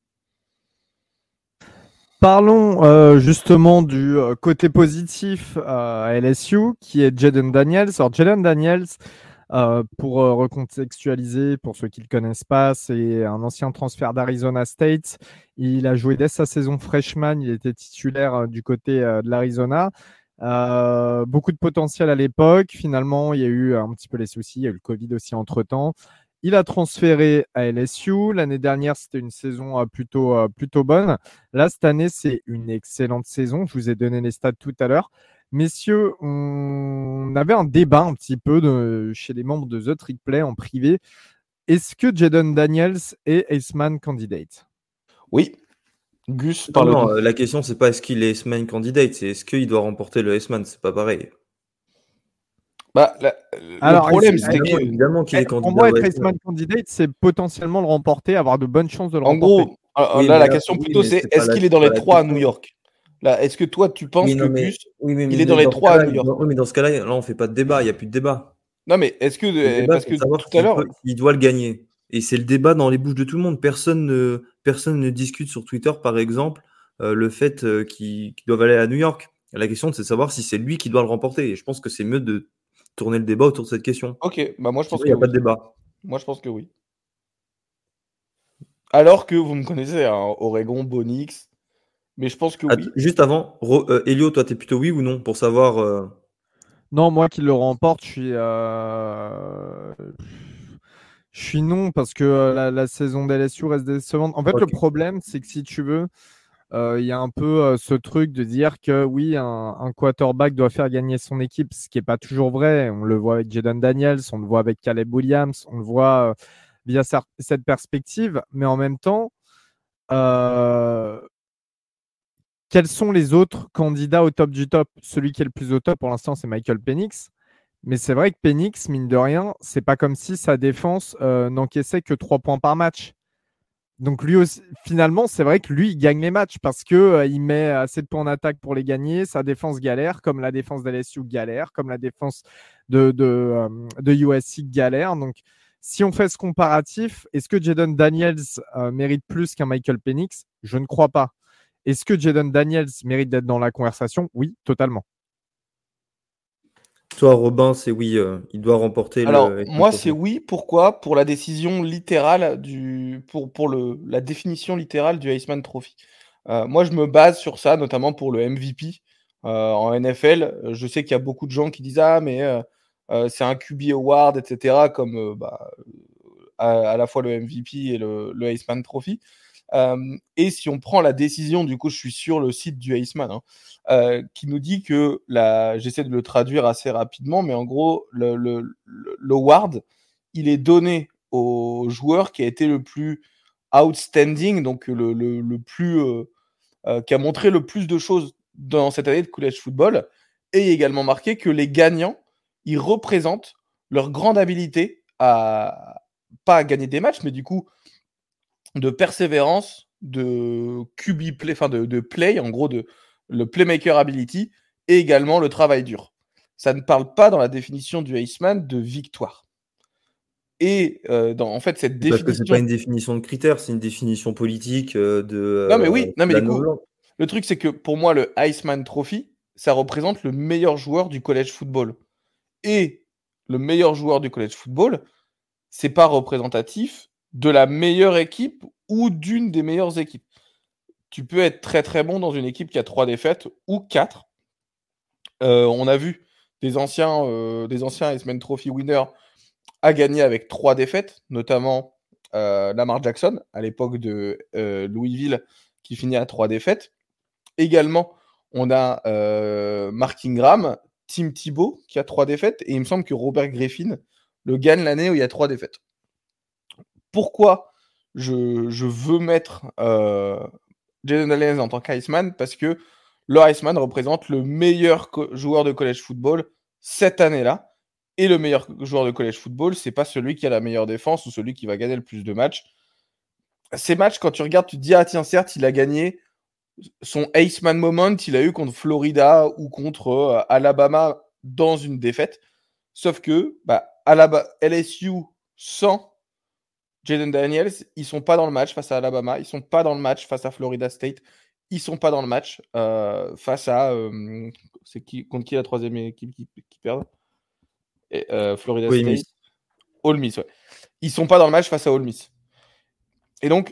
Parlons euh, justement du euh, côté positif euh, à L S U, qui est Jaden Daniels. Alors, Jaden Daniels, Euh, pour euh, recontextualiser, pour ceux qui ne le connaissent pas, c'est un ancien transfert d'Arizona State. Il a joué dès sa saison freshman, il était titulaire euh, du côté euh, de l'Arizona. Euh, beaucoup de potentiel à l'époque. Finalement, il y a eu un petit peu les soucis, il y a eu le Covid aussi entre-temps. Il a transféré à L S U. L'année dernière, c'était une saison euh, plutôt, euh, plutôt bonne. Là, cette année, c'est une excellente saison. Je vous ai donné les stats tout à l'heure. Messieurs, on avait un débat un petit peu de, chez les membres de The Trick Play en privé. Est-ce que Jaden Daniels est Aceman candidate? Oui. Gus, Non, parle-nous. non, euh, la question, c'est pas est-ce qu'il est S-Man candidate, c'est est-ce qu'il doit remporter le S-Man, c'est pas pareil. Bah, la- le Alors, problème, est-ce- c'est Évidemment, que, évidemment qu'il est Pour candidat moi, au être S-Man. Aceman candidate, c'est potentiellement le remporter, avoir de bonnes chances de le en remporter. gros, alors, Oui, là, mais la là, question oui, plutôt, mais c'est c'est pas est-ce la, qu'il est c'est dans pas les la trois à question. New York? Là, est-ce que toi, tu penses Oui, que non, mais, Gus, oui, mais, il mais est dans les dans ce trois à cas-là, New York? dans- oui, mais dans ce cas-là, là, on fait pas de débat, il n'y a plus de débat. Non, mais est-ce que, Le euh, débat, parce c'est que de savoir tout à s'il l'heure, peut- s'il doit le gagner. Et c'est le débat dans les bouches de tout le monde. Personne ne, personne ne discute sur Twitter, par exemple, euh, le fait euh, qu'ils qu'ils doivent aller à New York. La question, c'est de savoir si c'est lui qui doit le remporter. Et je pense que c'est mieux de tourner le débat autour de cette question. ok, bah moi je pense Sinon, il que n'y a pas oui. de débat. Moi je pense que oui. Alors que vous me connaissez, hein, Oregon, Bonix, mais je pense que Att- oui. juste avant, Ro- euh, Elio, toi, t'es plutôt oui ou non pour savoir. euh, Non, moi qui le remporte, je suis, euh, je suis non parce que euh, la, la saison d'L S U reste décevante. En fait, le Ok. problème, c'est que si tu veux, euh, il y a un peu euh, ce truc de dire que oui, un, un quarterback doit faire gagner son équipe, ce qui n'est pas toujours vrai. On le voit avec Jaden Daniels, on le voit avec Caleb Williams, on le voit euh, via cer- cette perspective, mais en même temps, euh, quels sont les autres candidats au top du top? Celui qui est le plus au top pour l'instant, c'est Michael Penix. Mais c'est vrai que Penix, mine de rien, c'est pas comme si sa défense euh, n'encaissait que trois points par match. Donc lui aussi, finalement, c'est vrai que lui, il gagne les matchs parce que euh, il met assez de points en attaque pour les gagner. Sa défense galère, comme la défense d'L S U galère, comme la défense de, de, euh, de U S C galère. Donc, si on fait ce comparatif, est-ce que Jaden Daniels euh, mérite plus qu'un Michael Penix? Je ne crois pas. Est-ce que Jaden Daniels mérite d'être dans la conversation? Oui, totalement. Toi, Robin, c'est oui, euh, il doit remporter Alors, le S-Man moi, c'est Trophy. oui. Pourquoi? Pour la décision littérale du, pour, pour le, la définition littérale du Iceman Trophy. Euh, moi, je me base sur ça, notamment pour le M V P euh, en N F L. Je sais qu'il y a beaucoup de gens qui disent ah, mais euh, euh, c'est un Q B Award, et cetera. Comme euh, bah, à, à la fois le M V P et le, le Iceman Trophy. Euh, et si on prend la décision, du coup, je suis sur le site du Iceman, hein, euh, qui nous dit que, la, j'essaie de le traduire assez rapidement, mais en gros, le, le, le, l'award, il est donné au joueur qui a été le plus outstanding, donc le, le, le plus, euh, euh, qui a montré le plus de choses dans cette année de college football, et également marqué que les gagnants, ils représentent leur grande habilité à, pas à gagner des matchs, mais du coup, de persévérance, de Q B play, enfin de, de play, en gros de le playmaker ability, et également le travail dur. Ça ne parle pas dans la définition du Iceman de victoire. Et euh, dans en fait cette Parce que c'est pas définition. une définition de critères, c'est une définition politique euh, de Non mais euh, oui, non mais la du coup, novlangue. le truc c'est que pour moi le Iceman Trophy, ça représente le meilleur joueur du college football. Et le meilleur joueur du college football, c'est pas représentatif de la meilleure équipe ou d'une des meilleures équipes. Tu peux être très très bon dans une équipe qui a trois défaites ou quatre. Euh, on a vu des anciens, euh, des anciens Iceman Trophy winners à gagner avec trois défaites, notamment euh, Lamar Jackson à l'époque de euh, Louisville qui finit à trois défaites. Également, on a euh, Mark Ingram, Tim Tebow qui a trois défaites, et il me semble que Robert Griffin le gagne l'année où il y a trois défaites. Pourquoi je, je veux mettre euh, Jaden Daniels en tant qu'Iceman? Parce que le Iceman représente le meilleur co- joueur de college football cette année-là. Et le meilleur joueur de college football, c'est pas celui qui a la meilleure défense ou celui qui va gagner le plus de matchs. Ces matchs, quand tu regardes, tu te dis, ah tiens, certes, il a gagné son Iceman moment, il a eu contre Florida ou contre euh, Alabama dans une défaite. Sauf que bah, Alabama, L S U sans Jaden Daniels, ils sont pas dans le match face à Alabama, ils sont pas dans le match face à Florida State, ils sont pas dans le match euh, face à euh, c'est qui contre qui la troisième équipe qui, qui perd? Et, euh, Florida Oui, mais State. Ole Miss, ouais. Ils sont pas dans le match face à Ole Miss. Et donc,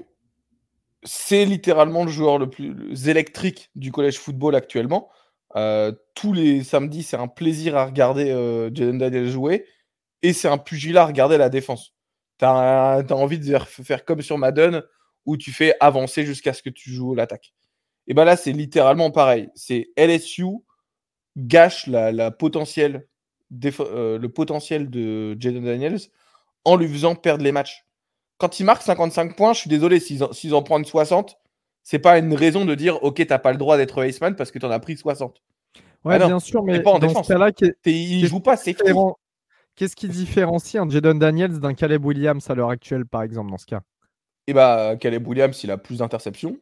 c'est littéralement le joueur le plus électrique du college football actuellement. Euh, tous les samedis, c'est un plaisir à regarder euh, Jaden Daniels jouer. Et c'est un pugilat à regarder la défense. T'as, t'as envie de faire, faire comme sur Madden, où tu fais avancer jusqu'à ce que tu joues l'attaque. Et ben là, c'est littéralement pareil. C'est L S U gâche la, la potentiel, déf- euh, le potentiel de Jaden Daniels en lui faisant perdre les matchs. Quand il marque cinquante-cinq points, je suis désolé, s'ils en, s'ils en prennent soixante, c'est pas une raison de dire ok, t'as pas le droit d'être Iceman parce que t'en as pris soixante. Ouais, ah non, bien sûr, mais pas en dans défense. ce cas-là, qu'est- T'es, il qu'est-ce joue pas safety. différent- qu'est-ce qui différencie un Jaden Daniels d'un Caleb Williams à l'heure actuelle, par exemple, dans ce cas? Et bah, Caleb Williams, il a plus d'interceptions.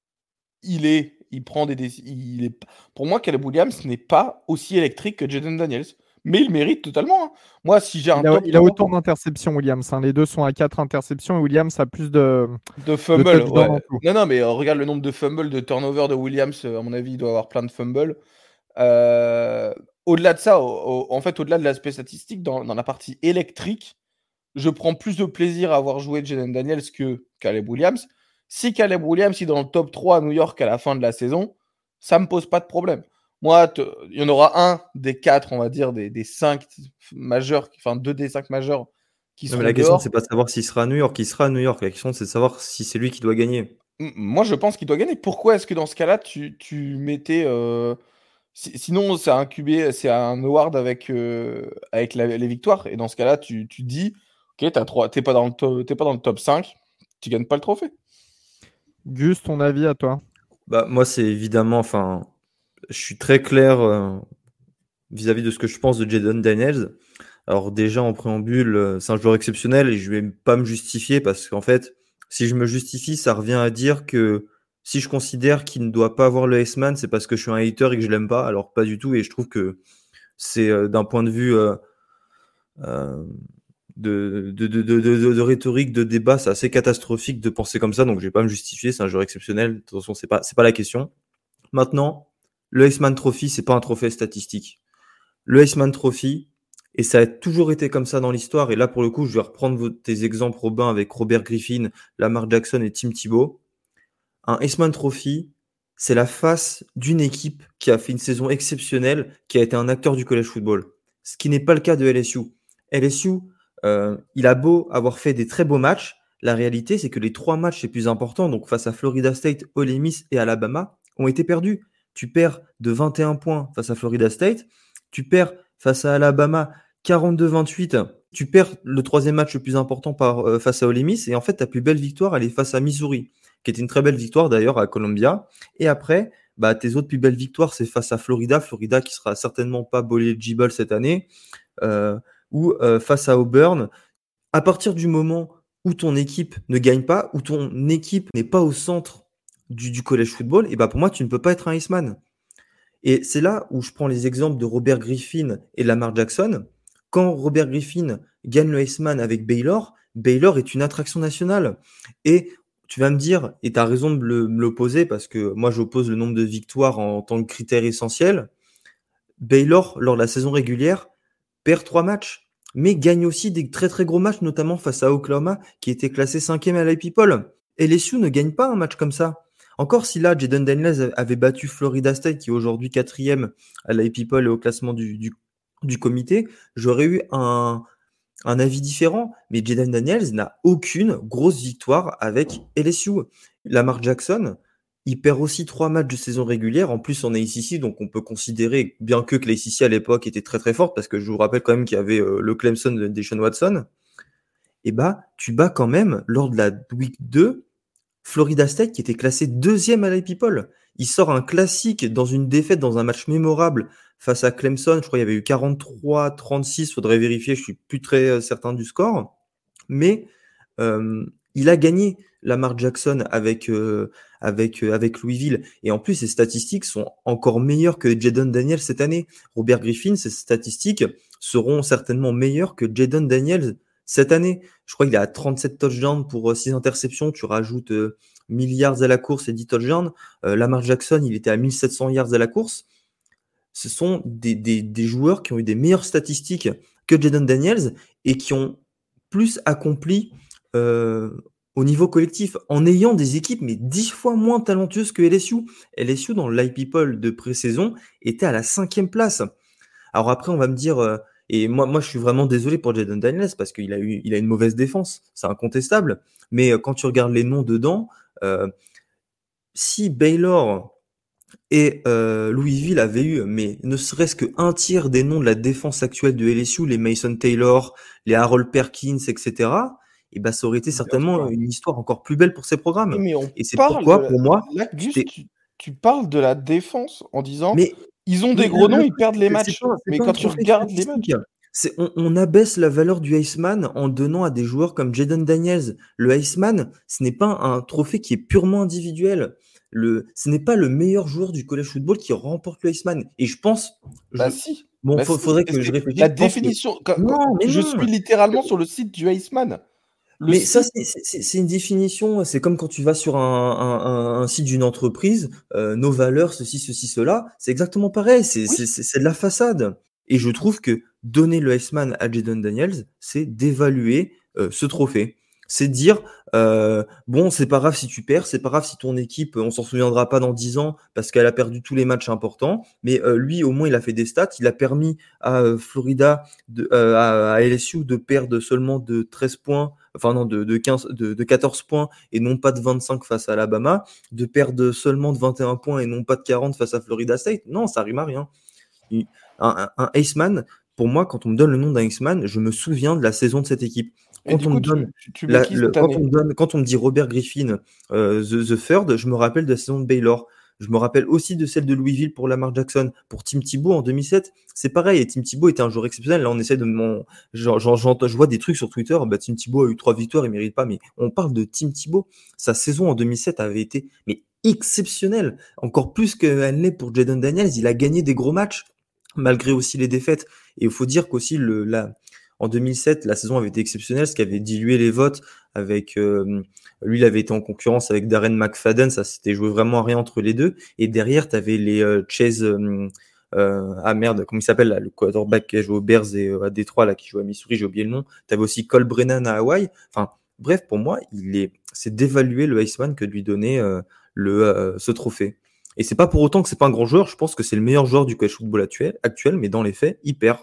Il est, il prend des, déc- il est. Pour moi, Caleb Williams n'est pas aussi électrique que Jaden Daniels, mais il mérite totalement. hein. Moi, si j'ai un Il a, top il a trois autant d'interceptions, Williams. hein. Les deux sont à quatre interceptions et Williams a plus de, de de fumbles, touchdowns en ouais. tout. Non, non, mais euh, regarde le nombre de fumbles, de turnovers de Williams. euh, à mon avis, il doit avoir plein de fumbles. Euh, au-delà de ça, au- au- en fait, au-delà de l'aspect statistique, dans, dans la partie électrique, je prends plus de plaisir à avoir joué Jaden Daniels que Caleb Williams. Si Caleb Williams est dans le top trois à New York à la fin de la saison, ça me pose pas de problème. Moi, te- il y en aura un des quatre, on va dire, des, des cinq majeurs, enfin deux des cinq majeurs qui Non, mais seront la question, dehors. c'est pas de savoir s'il sera à New York. Il sera à New York. La question, c'est de savoir si c'est lui qui doit gagner. M- Moi, je pense qu'il doit gagner. Pourquoi est-ce que dans ce cas-là, tu, tu mettais. euh, si- Sinon, c'est un Q B, c'est un award avec, euh, avec la- les victoires. Et dans ce cas-là, tu, tu dis, ok, t'as trois, t'es pas dans le to- t'es pas dans le top cinq, tu gagnes pas le trophée. Gus, ton avis à toi? Bah, moi, c'est évidemment, enfin, je suis très clair euh, vis-à-vis de ce que je pense de Jaden Daniels. Alors déjà en préambule, euh, c'est un joueur exceptionnel et je vais pas me justifier parce qu'en fait, si je me justifie, ça revient à dire que si je considère qu'il ne doit pas avoir le Iceman, c'est parce que je suis un hater et que je l'aime pas. Alors pas du tout et je trouve que c'est euh, d'un point de vue euh, euh, de, de, de, de, de, de rhétorique, de débat, c'est assez catastrophique de penser comme ça. Donc je vais pas me justifier, c'est un joueur exceptionnel. De toute façon, c'est pas c'est pas la question. Maintenant, le Iceman Trophy, c'est pas un trophée statistique. Le Iceman Trophy, et ça a toujours été comme ça dans l'histoire, et là pour le coup, je vais reprendre vos, tes exemples, Robin, avec Robert Griffin, Lamar Jackson et Tim Tebow. Un Iceman Trophy, c'est la face d'une équipe qui a fait une saison exceptionnelle, qui a été un acteur du college football. Ce qui n'est pas le cas de L S U. L S U, euh, il a beau avoir fait des très beaux matchs, la réalité, c'est que les trois matchs les plus importants, donc face à Florida State, Ole Miss et Alabama, ont été perdus. Tu perds de vingt et un points face à Florida State, tu perds face à Alabama quarante-deux vingt-huit, tu perds le troisième match le plus important par, euh, face à Ole Miss, et en fait, ta plus belle victoire, elle est face à Missouri, qui était une très belle victoire d'ailleurs à Columbia. Et après, bah, tes autres plus belles victoires, c'est face à Florida, Florida qui sera certainement pas bowl eligible cette année, euh, ou euh, face à Auburn. À partir du moment où ton équipe ne gagne pas, où ton équipe n'est pas au centre du, du college football, et bah pour moi, tu ne peux pas être un Iceman. Et c'est là où je prends les exemples de Robert Griffin et Lamar Jackson. Quand Robert Griffin gagne le Iceman avec Baylor, Baylor est une attraction nationale. Et tu vas me dire, et tu as raison de le- me l'opposer, parce que moi j'oppose le nombre de victoires en tant que critère essentiel. Baylor, lors de la saison régulière, perd trois matchs, mais gagne aussi des très très gros matchs, notamment face à Oklahoma, qui était classé cinquième à l'I P Poll. Et L S U ne gagne pas un match comme ça. Encore si là, Jaden Daniels avait battu Florida State, qui est aujourd'hui quatrième à l'I P Poll et au classement du, du, du comité, j'aurais eu un, un avis différent. Mais Jaden Daniels n'a aucune grosse victoire avec L S U. Lamar Jackson, il perd aussi trois matchs de saison régulière. En plus, on est ici, donc on peut considérer, bien que, que la S E C à l'époque était très très forte, parce que je vous rappelle quand même qu'il y avait euh, le Clemson de Deshaun Watson. Et bah, tu bats quand même, lors de la week deux, Florida State qui était classé deuxième à l'I P Poll. Il sort un classique dans une défaite, dans un match mémorable face à Clemson. Je crois qu'il y avait eu quarante-trois trente-six, faudrait vérifier, je suis plus très euh, certain du score. Mais euh, il a gagné Lamar Jackson avec, euh, avec, euh, avec Louisville. Et en plus, ses statistiques sont encore meilleures que Jaden Daniels cette année. Robert Griffin, ses statistiques seront certainement meilleures que Jaden Daniels cette année. Je crois qu'il est à trente-sept touchdowns pour six interceptions. Tu rajoutes euh, mille yards à la course et dix touchdowns. Euh, Lamar Jackson, il était à mille sept cents yards à la course. Ce sont des, des, des joueurs qui ont eu des meilleures statistiques que Jaden Daniels et qui ont plus accompli euh, au niveau collectif, en ayant des équipes mais dix fois moins talentueuses que L S U. L S U, dans le Live People de pré-saison, était à la cinquième place. Alors après, on va me dire, euh, et moi, moi, je suis vraiment désolé pour Jayden Daniels parce qu'il a eu, il a une mauvaise défense, c'est incontestable. Mais euh, quand tu regardes les noms dedans, euh, si Baylor et euh, Louisville avaient eu, mais ne serait-ce qu'un tiers des noms de la défense actuelle de L S U, les Mason Taylor, les Harold Perkins, et cetera, et ben ça aurait été Bien certainement sûr. une histoire encore plus belle pour ces Oui, programmes. mais on Et c'est parle de pourquoi, la... pour moi, Là, Gus, c'était. tu, tu parles de la défense en disant Mais, ils ont mais des gros le, noms, le ils truc, perdent c'est les que c'est matchs. pas, c'est Mais pas un quand tu trophée regardes les matchs, statistique. C'est, on, on abaisse la valeur du Iceman en donnant à des joueurs comme Jayden Daniels. Le Iceman, ce n'est pas un trophée qui est purement individuel. Le, ce n'est pas le meilleur joueur du college football qui remporte le Iceman. Et je pense, je, bah si, bon, bah faut- si. faudrait Et que je c'est réfléchisse. la Je pense que définition. Quand- quand- non, mais je non. suis littéralement sur le site du Iceman. Le Mais ça, site, c'est c'est- c'est une définition. C'est comme quand tu vas sur un, un- un- un site d'une entreprise, euh, nos valeurs, ceci, ceci, cela. C'est exactement pareil. C'est c'est- oui. c'est- c'est de la façade. Et je trouve que donner le Iceman à Jayden Daniels, c'est d'évaluer euh, ce trophée. C'est de dire, euh, bon, c'est pas grave si tu perds, c'est pas grave si ton équipe, on s'en souviendra pas dans dix ans parce qu'elle a perdu tous les matchs importants. Mais euh, lui, au moins, il a fait des stats. Il a permis à euh, Florida, de, euh, à, à L S U de perdre seulement de treize points, enfin non, de, de, quinze, de, de quatorze points et non pas de vingt-cinq face à Alabama, de perdre seulement de vingt et un points et non pas de quarante face à Florida State. Non, ça rime à rien. Un, un, un Iceman, pour moi, quand on me donne le nom d'un Iceman, je me souviens de la saison de cette équipe. Et Quand du on coup, me donne tu, tu, tu mets la, qui le, cette quand année? on me donne, quand on me dit Robert Griffin, euh, the, the Third, je me rappelle de la saison de Baylor. Je me rappelle aussi de celle de Louisville pour Lamar Jackson. Pour Tim Tebow en deux mille sept, c'est pareil. Et Tim Tebow était un joueur exceptionnel. Là, on essaie de mon, genre, genre, j'entends- je vois des trucs sur Twitter. Bah, Tim Tebow a eu trois victoires, il mérite pas. Mais on parle de Tim Tebow. Sa saison en deux mille sept avait été mais exceptionnelle, encore plus qu'elle l'est pour Jayden Daniels. Il a gagné des gros matchs malgré aussi les défaites. Et il faut dire qu'aussi le, la, en deux mille sept, la saison avait été exceptionnelle, ce qui avait dilué les votes. Avec euh, lui, il avait été en concurrence avec Darren McFadden, ça s'était joué vraiment à rien entre les deux. Et derrière, tu avais les euh, Chase, euh, euh, ah merde, comment il s'appelle là, le quarterback qui joue aux Bears et euh, à Détroit là, qui joue à Missouri, j'ai oublié le nom. Tu avais aussi Cole Brennan à Hawaï. Enfin, bref, pour moi, il est, c'est d'évaluer le Iceman que de lui donner euh, le euh, ce trophée. Et c'est pas pour autant que c'est pas un grand joueur. Je pense que c'est le meilleur joueur du college football actuel, actuel, mais dans les faits, il perd.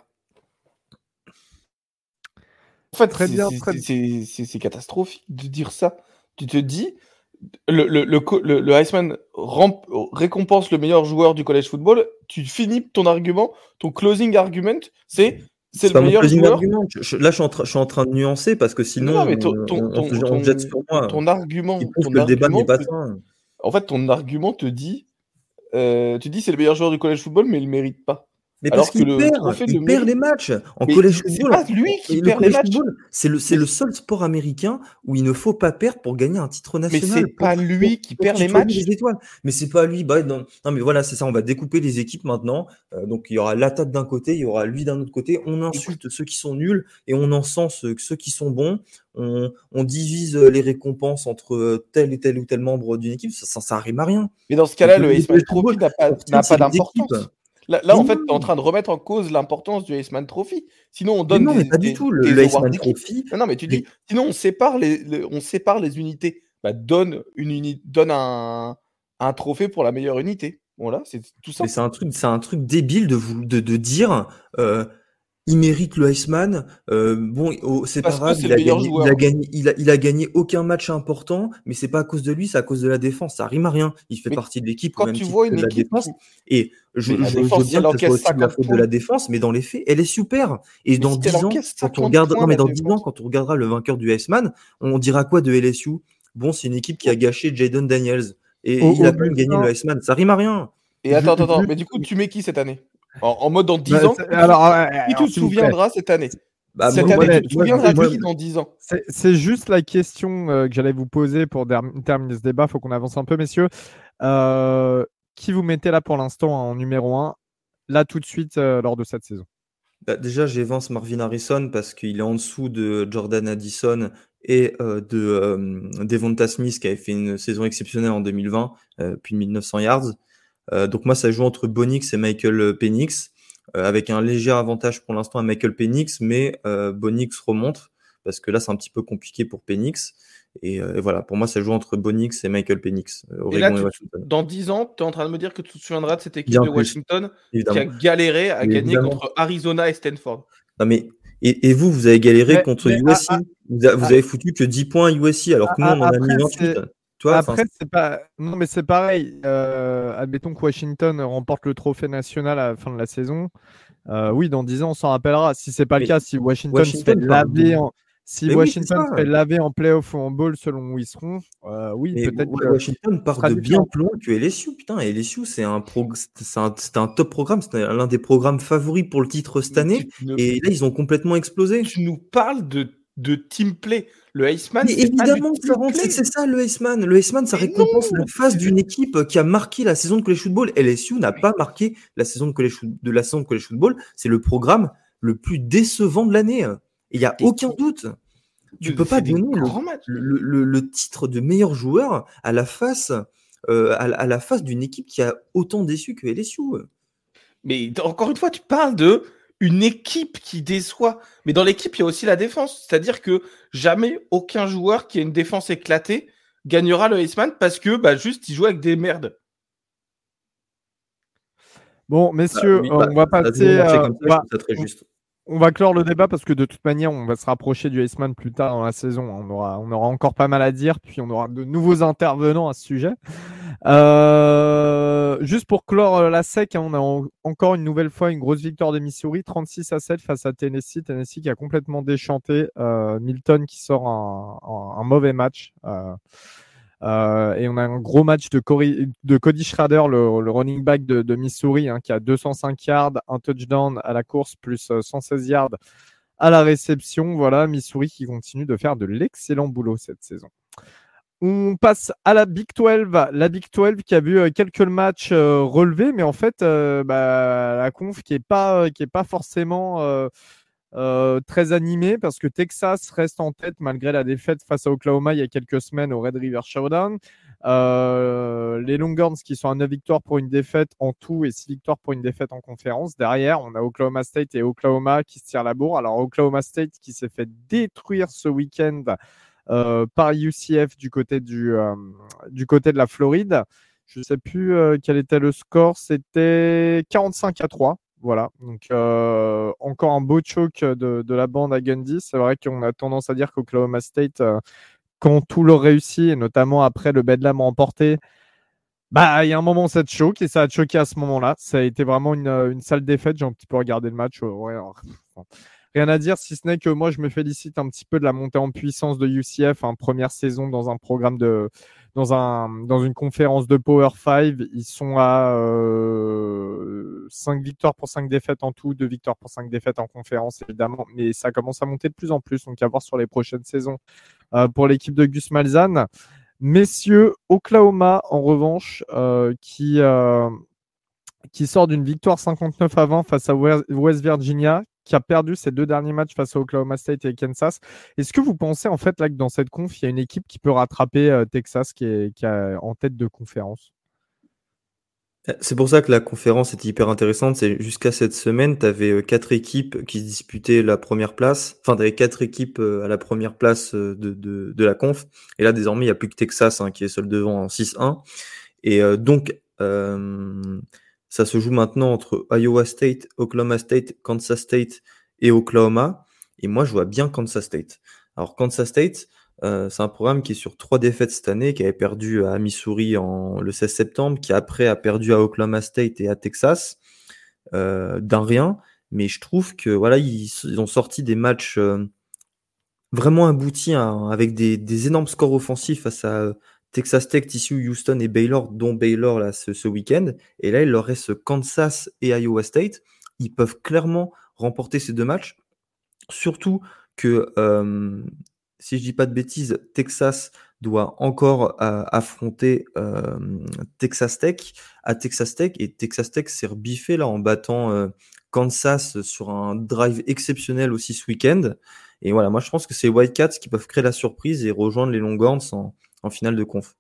En fait, Très c'est- bien, c'est très c'est- c'est- c'est- c'est catastrophique de dire ça. Tu te dis, le, le, le, co- le, le Iceman rem- récompense le meilleur joueur du college football. Tu finis ton argument, ton closing argument, c'est c'est C'est le pas mon meilleur closing joueur. argument. Je- je- là, je suis, en train, je suis en train de nuancer parce que Non, sinon, non, mais ton, on, ton, on- on se, ton, on se jette ton, sur moi. ton Ce argument, qui prouve ton que le débat argument n'est pas te- sain. en fait, ton argument te dit, euh, tu dis c'est le meilleur joueur du college football, mais il le mérite pas. Mais parce Alors que qu'il le perd, trophée le il perd mérite. les matchs. En Mais college c'est football, pas lui qui le perd les college matchs. football, c'est le, c'est Mais- le seul sport américain où il ne faut pas perdre pour gagner un titre Mais national. c'est pas pour- lui pour- qui pour perd les tutoyer matchs. les étoiles. Mais c'est pas lui. Bah, non, non, mais voilà, c'est ça. On va découper les équipes maintenant. Euh, donc il y aura l'attaque d'un côté, il y aura lui d'un autre côté. On insulte ceux qui sont nuls et on encense ceux qui sont bons. On, on divise les récompenses entre tel et tel ou tel membre d'une équipe. Ça, ça, ça rime à rien. Mais dans ce cas-là, le Le Iceman college Trophy football, n'a pas, on retient n'a que pas c'est les d'importance. équipes. Là, là Mais en fait, tu es non. en train de remettre en cause l'importance du Iceman Trophy. Sinon, on Mais donne non, des, mais pas du des- tout. Le, des le awards Iceman d'équipe. Trophy, Non, non, mais tu mais- dis, sinon on sépare les, les- on sépare les unités. Bah, donne une uni- donne un, un trophée pour la meilleure unité. Voilà, c'est tout Mais simple. c'est un truc, c'est un truc débile de vous, de, de dire, euh, il mérite le Iceman. Euh, bon, oh, c'est pas Parce que grave, c'est il le a meilleur gagné, joueur. il a gagné, il a, il a gagné aucun match important, mais c'est pas à cause de lui, c'est à cause de la défense. Ça rime à rien. Il fait Mais partie de l'équipe au quand même tu titre vois que une de la équipe défense. qui- Et je, Mais la je, je défense, veux si bien elle que ce soit encaisse aussi de la cinquante faute de la points. défense, mais dans les faits, elle est super. Et Mais dans si elle dix ans, encaisse quand on cinquante regarde, points, non, mais la dans dix ans, défense. quand on regardera le vainqueur du Iceman, on dira quoi de L S U? Bon, c'est une équipe qui a gâché Jayden Daniels. Et Au- il a au quand même gagné bulletin- le Iceman. Ça rime à rien. Et attends, Ju- attends, attends. juste- Mais du coup, tu mets qui cette année? En, en mode dans dix Bah, ans, c'est- qui tu- alors, ouais, qui tu alors, te s'il vous plaît. souviendras cette année? Bah, Cette moi- année, moi, tu te moi, souviendras moi, de qui dans dix ans? C'est c'est juste la question euh, que j'allais vous poser pour der- terminer ce débat. Il faut qu'on avance un peu, messieurs. Euh, qui vous mettez là pour l'instant en numéro un, là tout de suite, euh, lors de cette saison? Bah, déjà, j'évance Marvin Harrison parce qu'il est en dessous de Jordan Addison et euh, de euh, Devonta Smith qui avait fait une saison exceptionnelle en deux mille vingt, euh, plus de mille neuf cents yards. Euh, donc moi, ça joue entre Bonix et Michael Penix, euh, avec un léger avantage pour l'instant à Michael Penix, mais euh, Bonix remonte parce que là, c'est un petit peu compliqué pour Penix. Et, euh, et voilà, pour moi, ça joue entre Bo Nix et Michael Penix, euh, Oregon Et là, et tu- Washington. dans dix ans, tu es en train de me dire que tu te souviendras de cette équipe Bien de plus, Washington qui évidemment. a galéré à Mais gagner évidemment. contre Arizona et Stanford. Non, mais, et, et vous, vous avez galéré Mais- contre mais U S C. à- à- vous, a- vous à- avez foutu que dix points U S C, alors que nous, A- on en a Après, mis vingt-huit. c'est Tu vois, après, enfin, c'est pas. Non, mais c'est pareil. Euh, admettons que Washington remporte le trophée national à la fin de la saison. Euh, oui, dans dix ans, on s'en rappellera. Si c'est pas le Mais cas, si Washington, se fait Washington part de- laver en, si Mais oui, c'est Washington se ça. fait laver en playoff ou en bowl selon où ils seront, euh, oui, Mais peut-être Wa- que Washington ce part sera de bien différent. plus loin que L S U. Putain, L S U, c'est un, pro... c'est un... c'est un top programme. C'est l'un des programmes favoris pour le titre cette année. Tu, ne- Et là, ils ont complètement explosé. tu nous parles de, de team play. Le Iceman, Mais c'est pas du évidemment, ça team rentre, c'est play. c'est ça le Iceman. Le Iceman, ça Mais récompense non, la phase c'est- d'une équipe qui a marqué la saison de college football. L S U n'a pas marqué la saison de college, foot- de la saison de college football. C'est le programme le plus décevant de l'année. Et il n'y a Et aucun qui- doute. Tu de- peux pas c'est des donner le, grands matchs. le, le- le titre de meilleur joueur à la face, euh, à, la- à la face d'une équipe qui a autant déçu que L S U. Mais encore une fois, tu parles de une équipe qui déçoit. Mais dans l'équipe, il y a aussi la défense. C'est-à-dire que jamais aucun joueur qui a une défense éclatée gagnera le Iceman parce que bah, juste il joue avec des merdes. Bon, messieurs, Bah, oui, euh, bah, on va ça a passer. toujours marché euh, comme ça, on je va- trouve ça très on- juste. On va clore le débat parce que de toute manière, on va se rapprocher du Iceman plus tard dans la saison. On aura, on aura encore pas mal à dire, puis on aura de nouveaux intervenants à ce sujet. Euh, juste pour clore euh, la sec, hein, on a en- encore une nouvelle fois une grosse victoire de Missouri, trente-six à sept face à Tennessee. Tennessee qui a complètement déchanté. Euh, Milton qui sort un, un- un mauvais match. Euh, euh, et on a un gros match de, Corey- de Cody Schrader, le, le running back de, de Missouri, hein, qui a deux cent cinq yards, un touchdown à la course, plus euh, cent seize yards à la réception. Voilà, Missouri qui continue de faire de l'excellent boulot cette saison. On passe à la Big douze. La Big douze qui a vu euh, quelques matchs euh, relevés, mais en fait, euh, bah, la conf qui n'est pas, qui est pas forcément euh, euh, très animée parce que Texas reste en tête malgré la défaite face à Oklahoma il y a quelques semaines au Red River Showdown. Euh, les Longhorns qui sont à neuf victoires pour une défaite en tout et six victoires pour une défaite en conférence. Derrière, on a Oklahoma State et Oklahoma qui se tirent la bourre. Alors, Oklahoma State qui s'est fait détruire ce week-end euh, par U C F du côté, du, euh, du côté de la Floride. Je ne sais plus euh, quel était le score. C'était quarante-cinq à trois. Voilà, donc euh, encore un beau choke de, de la bande à Gundy. C'est vrai qu'on a tendance à dire qu'Oklahoma State, euh, quand tout leur réussit, et notamment après le Bedlam remporté, bah il y a un moment où ça te choque et ça a choqué à ce moment-là. Ça a été vraiment une, une sale défaite. J'ai un petit peu regardé le match. Ouais, alors, rien à dire, si ce n'est que moi, je me félicite un petit peu de la montée en puissance de U C F, hein, première saison dans un programme de, dans un, dans une conférence de Power cinq. Ils sont à euh, cinq victoires pour cinq défaites en tout, deux victoires pour cinq défaites en conférence, évidemment. Mais ça commence à monter de plus en plus. Donc, à voir sur les prochaines saisons euh, pour l'équipe de Gus Malzahn. Messieurs, Oklahoma, en revanche, euh, qui, euh, qui sort d'une victoire cinquante-neuf à vingt face à West Virginia, qui a perdu ses deux derniers matchs face à Oklahoma State et Kansas. Est-ce que vous pensez en fait là que dans cette conf, il y a une équipe qui peut rattraper euh, Texas qui est, qui est en tête de conférence? C'est pour ça que la conférence était hyper intéressante. C'est jusqu'à cette semaine, tu avais quatre équipes qui se disputaient la première place. Enfin, tu avais quatre équipes à la première place de, de, de la conf. Et là, désormais, il n'y a plus que Texas hein, qui est seul devant en six un. Et euh, donc, euh, ça se joue maintenant entre Iowa State, Oklahoma State, Kansas State et Oklahoma. Et moi, je vois bien Kansas State. Alors, Kansas State, euh, c'est un programme qui est sur trois défaites cette année, qui avait perdu à Missouri en, le seize septembre, qui après a perdu à Oklahoma State et à Texas, euh, d'un rien. Mais je trouve que voilà, ils, ils ont sorti des matchs euh, vraiment aboutis hein, avec des, des énormes scores offensifs face à euh, Texas Tech, T C U, Houston et Baylor, dont Baylor là, ce, ce week-end. Et là, il leur reste Kansas et Iowa State. Ils peuvent clairement remporter ces deux matchs. Surtout que, euh, si je dis pas de bêtises, Texas doit encore euh, affronter euh, Texas Tech à Texas Tech. Et Texas Tech s'est rebiffé là, en battant euh, Kansas sur un drive exceptionnel aussi ce week-end. Et voilà, moi je pense que c'est Wildcats qui peuvent créer la surprise et rejoindre les Longhorns en, en finale de conf.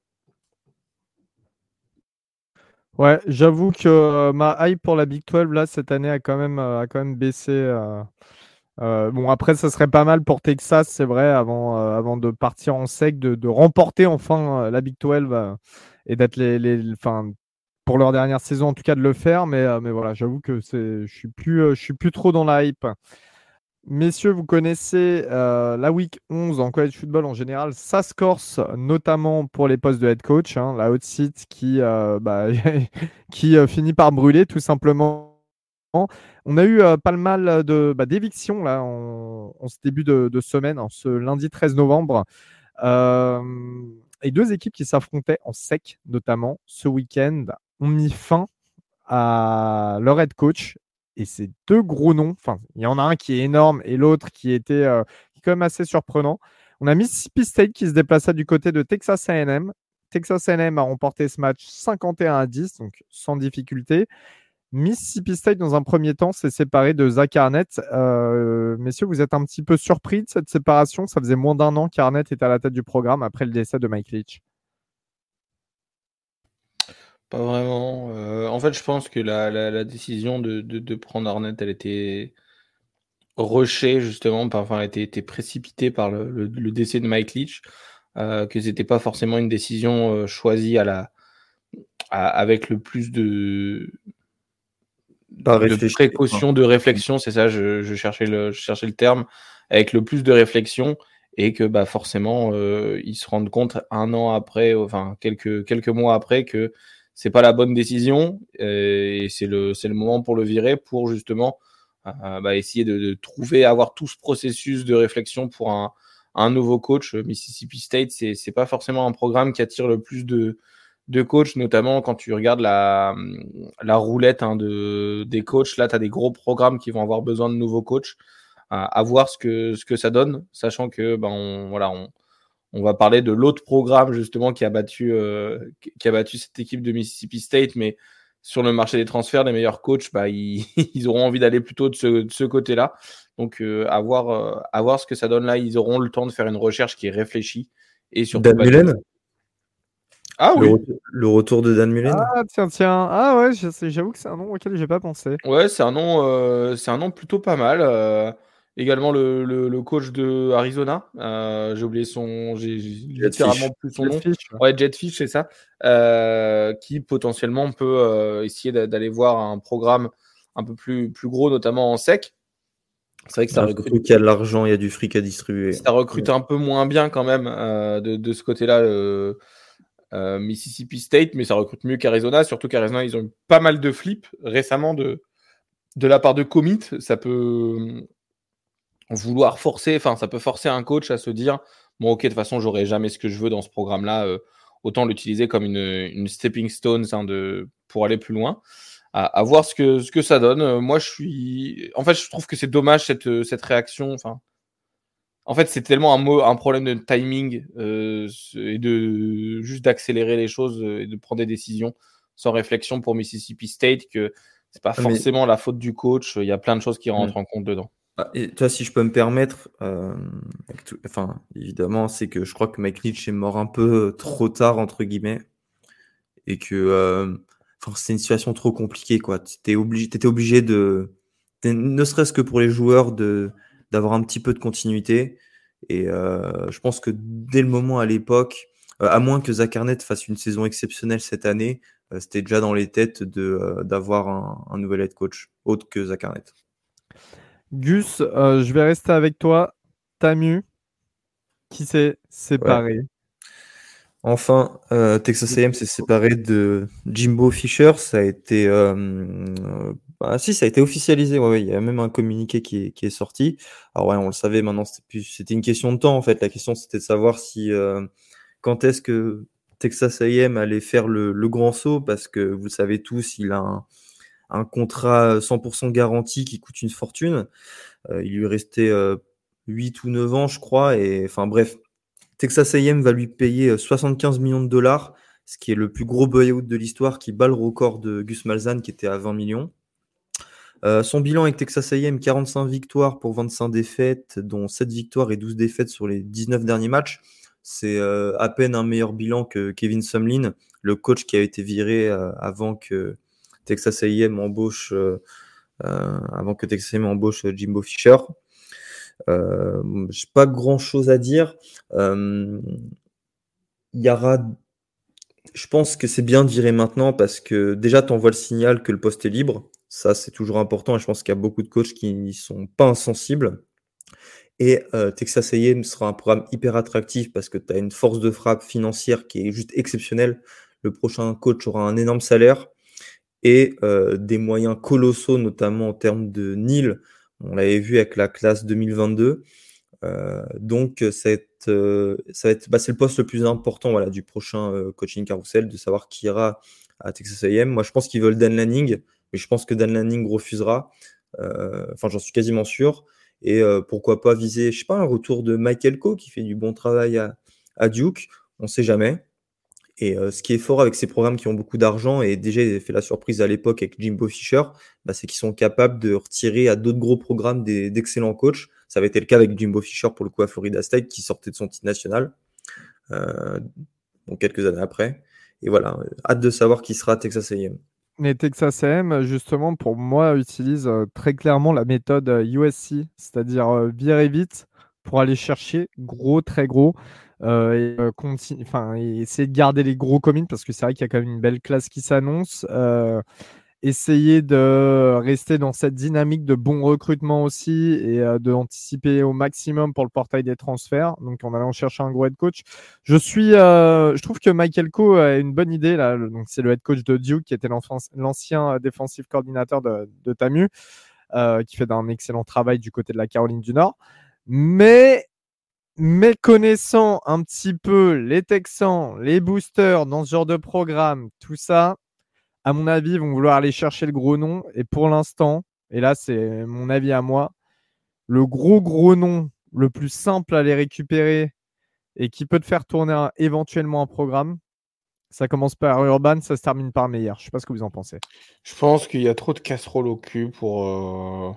Ouais, j'avoue que euh, ma hype pour la Big douze là cette année a quand même, euh, a quand même baissé. Euh, Euh, bon, après, ça serait pas mal pour Texas, c'est vrai, avant, euh, avant de partir en sec, de, de remporter enfin euh, la Big douze euh, et d'être les, les, enfin, pour leur dernière saison, en tout cas, de le faire. Mais, euh, mais voilà, j'avoue que c'est, je suis plus, euh, je suis plus trop dans la hype. Messieurs, vous connaissez euh, la week onze en college football en général, ça se corse notamment pour les postes de head coach, hein, la hot seat qui, euh, bah, qui euh, finit par brûler tout simplement. On a eu euh, pas mal de, bah, d'évictions là, en, en ce début de, de semaine, en ce lundi treize novembre. Euh, et deux équipes qui s'affrontaient en sec, notamment ce week-end, ont mis fin à leur head coach. Et ces deux gros noms, enfin, il y en a un qui est énorme et l'autre qui était euh, qui est quand même assez surprenant. On a Mississippi State qui se déplaça du côté de Texas A and M. Texas A and M a remporté ce match cinquante et un à dix, donc sans difficulté. Mississippi State, dans un premier temps, s'est séparé de Zach Arnett. Euh, messieurs, vous êtes un petit peu surpris de cette séparation? Ça faisait moins d'un an qu'Arnett était à la tête du programme après le décès de Mike Leach. Pas vraiment. Euh, en fait, je pense que la, la, la décision de, de, de prendre Arnett, elle était rushée justement, par, enfin, elle était, était précipitée par le, le, le décès de Mike Leach, euh, que c'était pas forcément une décision euh, choisie à la, à, avec le plus de, Pas de réfléchi. précaution, de réflexion, c'est ça, je, je, cherchais le, je cherchais le terme, avec le plus de réflexion, et que bah, forcément, euh, ils se rendent compte un an après, enfin quelques, quelques mois après, que c'est pas la bonne décision, et c'est le, c'est le moment pour le virer, pour justement euh, bah, essayer de, de trouver, avoir tout ce processus de réflexion pour un, un nouveau coach. Mississippi State, c'est, c'est pas forcément un programme qui attire le plus de de coachs, notamment quand tu regardes la, la roulette hein, de, des coachs. Là, tu as des gros programmes qui vont avoir besoin de nouveaux coachs. À, à voir ce que, ce que ça donne, sachant que ben, on, voilà, on, on va parler de l'autre programme justement qui a battu, euh, qui a battu cette équipe de Mississippi State, mais sur le marché des transferts, les meilleurs coachs, bah, ils, ils auront envie d'aller plutôt de ce, de ce côté-là. Donc, euh, à, voir, euh, à voir ce que ça donne là. Ils auront le temps de faire une recherche qui est réfléchie. Et surtout, Dan bah, Mullen de... Ah le, oui, retour, le retour de Dan Mullen. Ah, tiens, tiens. Ah ouais, je sais- j'avoue que c'est un nom auquel j'ai pas pensé. ouais, c'est un nom, euh, c'est un nom plutôt pas mal. Euh, également le, le, le coach de Arizona, euh, j'ai oublié son, j'ai j'ai Jetfish. littéralement plus son nom. Jetfish. Ouais, Jetfish, c'est ça, euh, qui potentiellement peut euh, essayer d'a- d'aller voir un programme un peu plus plus gros, notamment en sec. C'est vrai que ça Ah, recrute, surtout qu'il y a de l'argent, il y a du fric à distribuer. ça recrute un peu moins bien quand même euh, de, de ce côté-là. Euh, euh, Mississippi State, mais ça recrute mieux qu'Arizona, surtout qu'Arizona, ils ont eu pas mal de flips récemment de de la part de commit. Ça peut vouloir forcer, enfin, ça peut forcer un coach à se dire bon, ok, de toute façon, j'aurai jamais ce que je veux dans ce programme-là, euh, autant l'utiliser comme une, une stepping stone hein, de, pour aller plus loin. À, à voir ce que, ce que ça donne. Euh, moi, je suis. En fait, je trouve que c'est dommage cette, cette réaction. Enfin, en fait, c'est tellement un, mot, un problème de timing euh, et de juste d'accélérer les choses et de prendre des décisions sans réflexion pour Mississippi State que c'est pas Ah, mais forcément la faute du coach. Il y a plein de choses qui hmm. rentrent en compte dedans. Ah, et toi, si je peux me permettre, euh, avec tout- enfin, évidemment, c'est que je crois que Mike Leach est mort un peu trop tard, entre guillemets, et que euh, enfin, c'est une situation trop compliquée, quoi. T'étais obligé, t'étais obligé de, t'es- ne serait-ce que pour les joueurs, de d'avoir un petit peu de continuité. Et euh, je pense que dès le moment à l'époque, euh, à moins que Zach Arnett fasse une saison exceptionnelle cette année, euh, c'était déjà dans les têtes de euh, d'avoir un, un nouvel head coach autre que Zach Arnett. Gus, euh, je vais rester avec toi. Tamu, qui s'est Ouais. séparé. Enfin, euh, Texas A and M s'est séparé de Jimbo Fisher. Ça a été, euh, euh, bah, si, ça a été officialisé. Ouais, ouais, il y a même un communiqué qui est, qui est sorti. Alors ouais, on le savait. Maintenant, c'était plus, c'était une question de temps en fait. La question, c'était de savoir si, euh, quand est-ce que Texas A and M allait faire le, le grand saut, parce que vous le savez tous, il a un, un contrat cent pour cent garanti qui coûte une fortune. Euh, il lui restait euh, huit ou neuf ans, je crois. Et enfin bref. Texas A and M va lui payer soixante-quinze millions de dollars, ce qui est le plus gros buyout de l'histoire, qui bat le record de Gus Malzahn qui était à vingt millions. Euh, son bilan avec Texas A and M, quarante-cinq victoires pour vingt-cinq défaites, dont sept victoires et douze défaites sur les dix-neuf derniers matchs. C'est euh, à peine un meilleur bilan que Kevin Sumlin, le coach qui a été viré euh, avant que Texas A and M embauche, euh, euh, avant que Texas A and M embauche Jimbo Fisher. Euh, j'ai pas grand-chose à dire. Euh, Il y aura, je pense que c'est bien de virer maintenant parce que déjà, tu envoies le signal que le poste est libre. Ça, c'est toujours important et je pense qu'il y a beaucoup de coachs qui n'y sont pas insensibles. Et euh, Texas A and M sera un programme hyper attractif parce que tu as une force de frappe financière qui est juste exceptionnelle. Le prochain coach aura un énorme salaire et euh, des moyens colossaux, notamment en termes de N I L. On l'avait vu avec la classe deux mille vingt-deux. Euh, donc, cette, euh, ça va être, bah, c'est le poste le plus important voilà, du prochain euh, coaching carousel, de savoir qui ira à Texas A and M. Moi, je pense qu'ils veulent Dan Lanning, mais je pense que Dan Lanning refusera. Euh, Enfin, j'en suis quasiment sûr. Et euh, pourquoi pas viser, je sais pas, un retour de Mike Elko qui fait du bon travail à, à Duke. On sait jamais. Et euh, ce qui est fort avec ces programmes qui ont beaucoup d'argent, et déjà ils avaient fait la surprise à l'époque avec Jimbo Fisher, bah, c'est qu'ils sont capables de retirer à d'autres gros programmes des, d'excellents coachs. Ça avait été le cas avec Jimbo Fisher pour le coup à Florida State qui sortait de son titre national euh, donc quelques années après. Et voilà, hâte de savoir qui sera à Texas A and M. Mais Texas A and M, justement, pour moi, utilise euh, très clairement la méthode euh, U S C, c'est-à-dire euh, virer vite pour aller chercher gros, très gros, euh, et, euh, continu- enfin, et essayer de garder les gros commits parce que c'est vrai qu'il y a quand même une belle classe qui s'annonce. Euh, essayer de rester dans cette dynamique de bon recrutement aussi et euh, d'anticiper au maximum pour le portail des transferts. Donc, en allant chercher un gros head coach. Je suis, euh, je trouve que Michael Coe a une bonne idée là. Donc, c'est le head coach de Duke qui était l'ancien défensif coordinateur de, de T A M U, euh, qui fait un excellent travail du côté de la Caroline du Nord. Mais mais connaissant un petit peu les Texans, les boosters dans ce genre de programme, tout ça, à mon avis, ils vont vouloir aller chercher le gros nom. Et pour l'instant, et là, c'est mon avis à moi, le gros gros nom le plus simple à les récupérer et qui peut te faire tourner un- éventuellement un programme, ça commence par Urban, ça se termine par Meyer. Je sais pas ce que vous en pensez. Je pense qu'il y a trop de casseroles au cul pour, euh,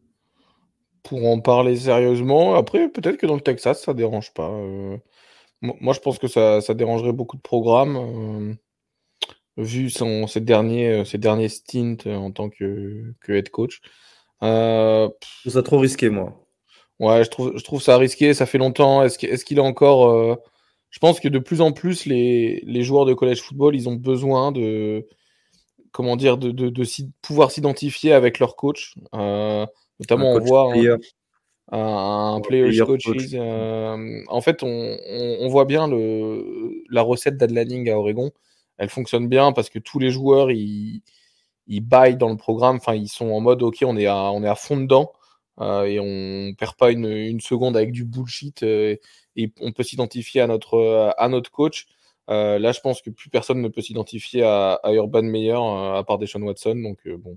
pour en parler sérieusement. Après, peut-être que dans le Texas, ça dérange pas. Euh, mo- moi, je pense que ça, ça dérangerait beaucoup de programmes, euh, vu son, ses derniers, euh, ses derniers stints euh, en tant que, que head coach. Euh, Je trouve ça trop risqué, moi. ouais, je trouve, je trouve ça risqué. Ça fait longtemps. Est-ce que- est-ce qu'il est encore. euh, Je pense que de plus en plus, les, les joueurs de college football, ils ont besoin de. Comment dire, de, de, de s'y- pouvoir s'identifier avec leur coach. Euh, Un notamment, on coach voit player, un, un un players player coaches. coach. Euh, en fait, on, on, on voit bien le, la recette d'Ad Lanning à Oregon. Elle fonctionne bien parce que tous les joueurs, ils, ils baillent dans le programme. Enfin, ils sont en mode, OK, on est à, on est à fond dedans euh, et on perd pas une, une seconde avec du bullshit euh, et on peut s'identifier à notre, à notre coach. Euh, là, je pense que plus personne ne peut s'identifier à, à Urban Meyer euh, à part Deshaun Watson. Donc, euh, bon.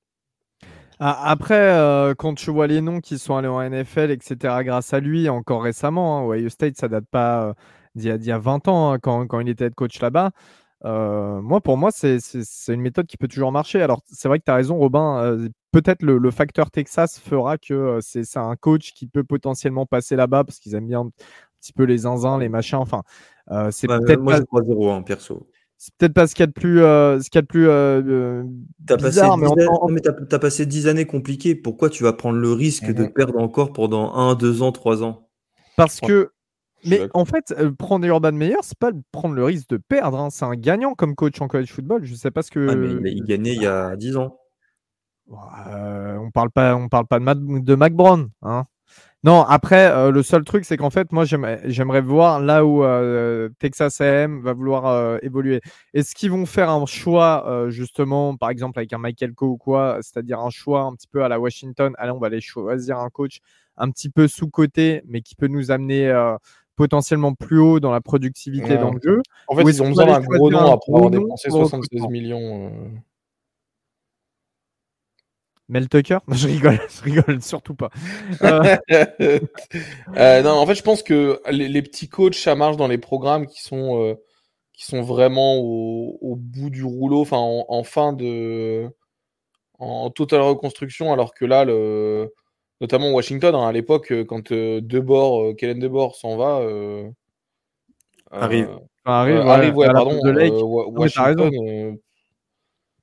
Ah, après, euh, quand tu vois les noms qui sont allés en N F L, et cetera, grâce à lui, encore récemment, hein, Ohio State, ça date pas euh, d'il y, a- d'il y a vingt ans, hein, quand, quand il était head coach là-bas. Euh, moi, pour moi, c'est c'est- c'est une méthode qui peut toujours marcher. Alors, c'est vrai que tu as raison, Robin. euh, peut-être le, le facteur Texas fera que euh, c'est c'est un coach qui peut potentiellement passer là-bas parce qu'ils aiment bien un petit peu les zinzins, les machins. Enfin, euh, c'est Ouais, peut-être moi, pas, je crois zéro, hein, perso. c'est peut-être pas ce qu'il y a de plus, euh, ce qu'il y a de plus euh, euh, T'as passé bizarre, mais dix en, a- en- non, mais t'as, t'as passé dix années compliquées. Pourquoi tu vas prendre le risque de Mhm. perdre encore pendant un, deux ans, trois ans? parce Ouais, que je suis mais d'accord. en fait, euh, prendre Urban Meyer, c'est pas prendre le risque de perdre, hein. C'est un gagnant comme coach en college football. Je sais pas ce Ah, mais que. il, a- il gagnait il y a dix ans. Euh, on parle pas, on parle pas de, Matt- de Mac Brown, hein. Non, après, euh, le seul truc, c'est qu'en fait, moi, j'aimerais, j'aimerais voir là où euh, Texas A and M va vouloir euh, évoluer. Est-ce qu'ils vont faire un choix, euh, justement, par exemple, avec un Michael Coe ou quoi, c'est-à-dire un choix un petit peu à la Washington, allez, on va aller choisir un coach un petit peu sous-coté, mais qui peut nous amener euh, potentiellement plus haut dans la productivité Ouais. dans le jeu, En ou fait, est-ce ils ont qu'on va besoin aller d'un gros choisir nom un après gros avoir nom dépensé pour le soixante-seize recrutement? millions. euh. Mel Tucker? Je rigole, je rigole surtout pas. Euh, Euh, non, en fait, je pense que les, les petits coachs, ça marche dans les programmes qui sont, euh, qui sont vraiment au, au bout du rouleau, enfin en, en fin de, en totale reconstruction, alors que là, le, notamment Washington, hein, à l'époque, euh, quand euh, Debord, euh, Kellen Debord s'en va, euh, Arrive. euh, ça arrive, euh, ouais, arrive, ouais, à la pardon, place de euh, Lake. Wa- Non, mais t'as raison. Washington, euh,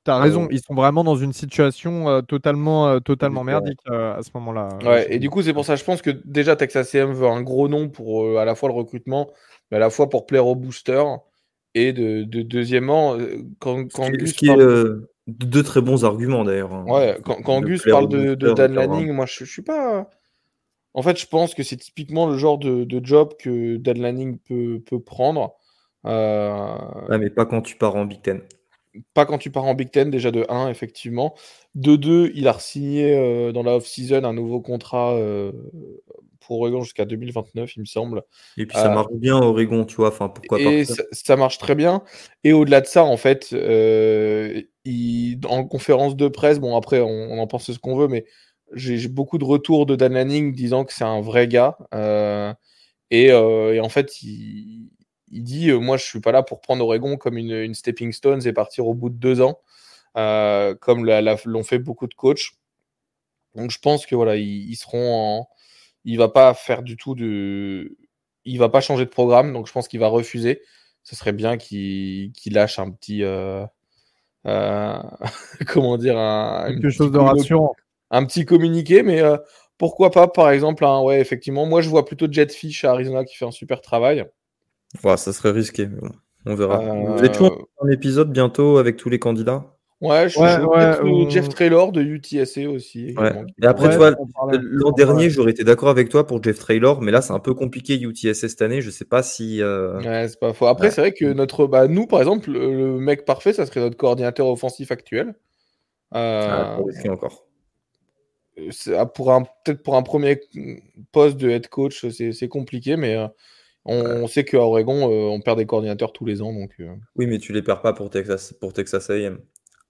as raison, ils sont vraiment dans une situation euh, totalement, euh, totalement Différent. merdique euh, à ce moment-là. Ouais, et du coup, c'est pour ça, je pense que déjà, Texas A and M veut un gros nom pour euh, à la fois le recrutement, mais à la fois pour plaire aux boosters. Et de, de deuxièmement, euh, quand, Ce quand qui est, ce Gus qui est parle, euh, deux très bons arguments d'ailleurs. hein. ouais, quand, quand De Gus plaire parle aux de, de boosters, Dan de faire un- Lanning, moi, je, je suis pas. En fait, je pense que c'est typiquement le genre de, de job que Dan Lanning peut, peut prendre. Euh, Ouais, mais pas quand tu pars en Big Ten. Pas quand tu pars en Big Ten, déjà de un, effectivement. De deux, il a re-signé euh, dans la off-season un nouveau contrat euh, pour Oregon jusqu'à deux mille vingt-neuf, il me semble. Et puis ça Euh, marche bien à Oregon, tu vois. Enfin, pourquoi et partir? ça, ça marche très bien. Et au-delà de ça, en fait, euh, il, en conférence de presse, bon, après, on, on en pense ce qu'on veut, mais j'ai j'ai beaucoup de retours de Dan Lanning disant que c'est un vrai gars. Euh, et, euh, et en fait, il, il dit euh, moi, je suis pas là pour prendre Oregon comme une, une stepping stone et partir au bout de deux ans, euh, comme la- la- l'ont fait beaucoup de coachs. Donc, je pense que voilà, ils, ils seront en. Il va pas faire du tout de. Il va pas changer de programme, donc je pense qu'il va refuser. Ce serait bien qu'il qu'il lâche un petit. euh, euh, comment dire un, une Quelque chose petit de communiqué, rassurant. un petit communiqué, mais euh, pourquoi pas, par exemple, un, ouais, effectivement, moi je vois plutôt Jetfish à Arizona qui fait un super travail. Ouais, ça serait risqué, mais bon, on verra. Vous êtes chaud Euh, un épisode bientôt avec tous les candidats? ouais, je suis Ouais, chaud. ouais, Peut-être euh, Jeff on... Traylor de U T S A aussi Ouais. également. Qui Et après, tu ouais, pourrait... vois, faut en parler. l'an Faut en dernier, parler. j'aurais été d'accord avec toi pour Jeff Traylor, mais là, c'est un peu compliqué U T S A cette année. Je sais pas si. euh, Ouais, c'est pas faux. Après, ouais. c'est vrai que notre, bah, nous, par exemple, le, le mec parfait, ça serait notre coordinateur offensif actuel. Ah, Euh, trop risqué encore. c'est- ah, pour un, peut-être pour un premier poste de head coach, c'est c'est compliqué, mais euh, on sait qu'à Oregon, euh, on perd des coordinateurs tous les ans, donc euh, Oui, mais tu les perds pas pour Texas, pour Texas A et M.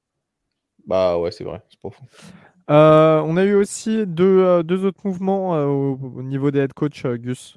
bah ouais, c'est vrai, c'est pas fou. Euh, on a eu aussi deux, euh, deux autres mouvements euh, au, au niveau des head coach, euh, Gus.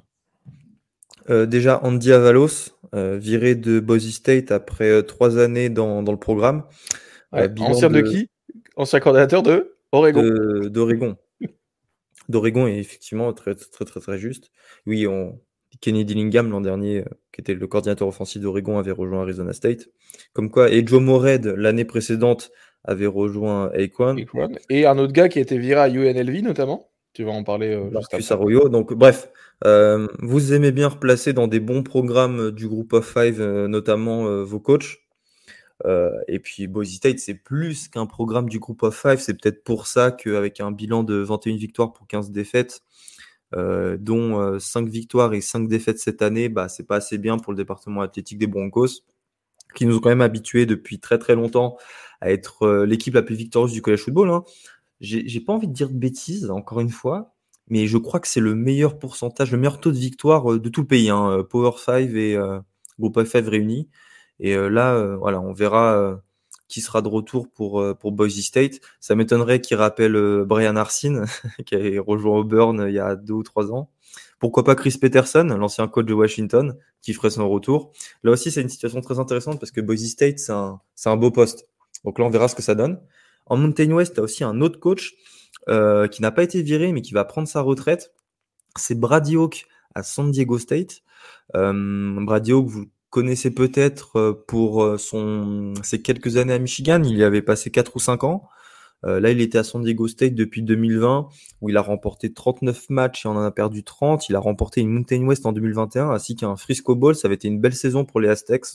Euh, déjà, Andy Avalos, euh, viré de Boise State après euh, trois années dans, dans le programme. Euh, Ouais, bilan ancien de de, qui? Ancien coordinateur de Oregon. de- d'Oregon. D'Oregon est effectivement très, très, très, très juste. Oui, on, Kenny Dillingham, l'an dernier, euh, qui était le coordinateur offensif d'Oregon, avait rejoint Arizona State. Comme quoi, et Joe Morehead, l'année précédente, avait rejoint Aquan. Big One. Et un autre gars qui a été viré à U N L V notamment. Tu vas en parler euh, juste Marcus après. Arroyo. Donc, bref, euh, vous aimez bien replacer dans des bons programmes du Group of Five, euh, notamment euh, vos coachs. Euh, et puis, Boise State, c'est plus qu'un programme du Group of Five. C'est peut-être pour ça qu'avec un bilan de vingt et une victoires pour quinze défaites, euh, dont euh, cinq victoires et cinq défaites cette année, bah, c'est pas assez bien pour le département athlétique des Broncos, qui nous ont quand même habitués depuis très très longtemps à être euh, l'équipe la plus victorieuse du college football. Hein. J'ai, j'ai pas envie de dire de bêtises, encore une fois, mais je crois que c'est le meilleur pourcentage, le meilleur taux de victoire euh, de tout le pays, hein, Power cinq et euh, Group of Five réunis. Et euh, là, euh, voilà, on verra euh, qui sera de retour pour, euh, pour Boise State. Ça m'étonnerait qu'il rappelle euh, Brian Arsene, qui a rejoint Auburn euh, il y a deux ou trois ans. Pourquoi pas Chris Peterson, l'ancien coach de Washington, qui ferait son retour. Là aussi, c'est une situation très intéressante parce que Boise State, c'est un, c'est un beau poste. Donc là, on verra ce que ça donne. En Mountain West, tu as aussi un autre coach euh, qui n'a pas été viré, mais qui va prendre sa retraite. C'est Brady Hawk à San Diego State. Euh, Brady Hawk, vous connaissez peut-être pour son, ses quelques années à Michigan. Il y avait passé quatre ou cinq ans. Euh, là, il était à San Diego State depuis deux mille vingt, où il a remporté trente-neuf matchs et on en a perdu trente. Il a remporté une Mountain West en deux mille vingt et un, ainsi qu'un Frisco Bowl. Ça avait été une belle saison pour les Aztecs.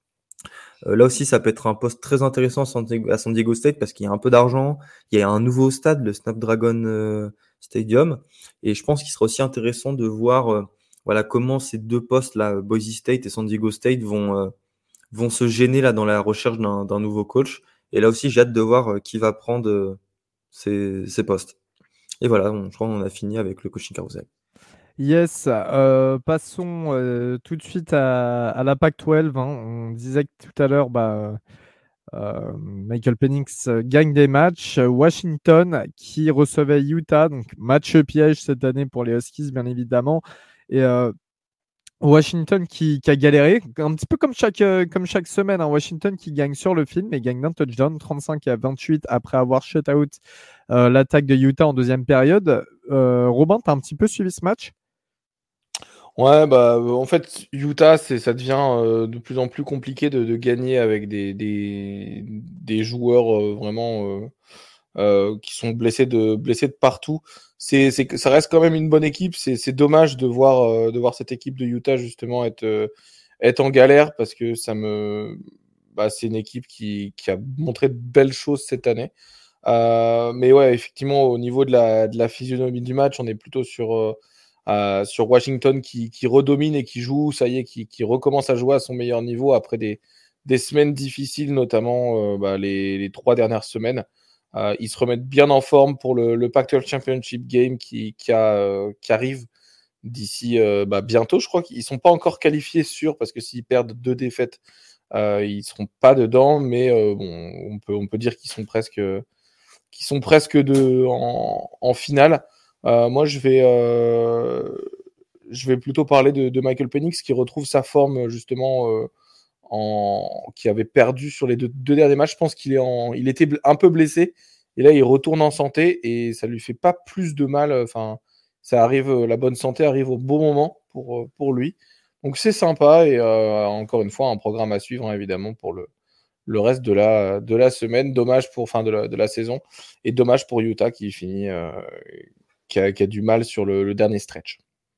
Euh, là aussi, ça peut être un poste très intéressant à San Diego State parce qu'il y a un peu d'argent. Il y a un nouveau stade, le Snapdragon euh, Stadium. Et je pense qu'il sera aussi intéressant de voir euh, voilà, comment ces deux postes, là, Boise State et San Diego State, vont, euh, vont se gêner là, dans la recherche d'un, d'un nouveau coach. Et là aussi, j'ai hâte de voir euh, qui va prendre euh, ces, ces postes. Et voilà, on, je crois qu'on a fini avec le coaching carousel. Yes, euh, passons euh, tout de suite à, à la Pac douze. Hein. On disait que tout à l'heure, bah, euh, Michael Penix euh, gagne des matchs. Washington qui recevait Utah, donc match piège cette année pour les Huskies, bien évidemment. Et euh, Washington qui, qui a galéré, un petit peu comme chaque, euh, comme chaque semaine. Hein. Washington qui gagne sur le film, mais gagne d'un touchdown, trente-cinq à vingt-huit, après avoir shut out euh, l'attaque de Utah en deuxième période. Euh, Robin, tu as un petit peu suivi ce match? Ouais, bah, en fait, Utah, c'est, ça devient euh, de plus en plus compliqué de, de gagner avec des, des, des joueurs euh, vraiment euh, euh, qui sont blessés de, blessés de partout. C'est, c'est, que ça reste quand même une bonne équipe. C'est, c'est dommage de voir, euh, de voir cette équipe de Utah justement être, euh, être en galère parce que ça me, bah, c'est une équipe qui, qui a montré de belles choses cette année. Euh, mais ouais, effectivement, au niveau de la, de la physionomie du match, on est plutôt sur, euh, euh, sur Washington qui, qui redomine et qui joue, ça y est, qui, qui recommence à jouer à son meilleur niveau après des, des semaines difficiles, notamment euh, bah, les, les trois dernières semaines. Euh, ils se remettent bien en forme pour le, le Pac twelve Championship Game qui, qui, a, euh, qui arrive d'ici euh, bah, bientôt. Je crois qu'ils sont pas encore qualifiés sûrs parce que s'ils perdent deux défaites, euh, ils seront pas dedans, mais euh, bon, on peut, on peut dire qu'ils sont presque qui sont presque de, en, en finale. Euh, moi, je vais, euh, je vais plutôt parler de, de Michael Penix qui retrouve sa forme justement euh, en, qui avait perdu sur les deux, deux derniers matchs. Je pense qu'il est en, il était un peu blessé et là il retourne en santé et ça lui fait pas plus de mal. Enfin, ça arrive, la bonne santé arrive au bon moment pour pour lui. Donc c'est sympa et euh, encore une fois un programme à suivre hein, évidemment pour le le reste de la, de la semaine. Dommage pour fin de la, de la saison. Et dommage pour Utah qui finit, euh, qui, a, qui a du mal sur le, le dernier stretch.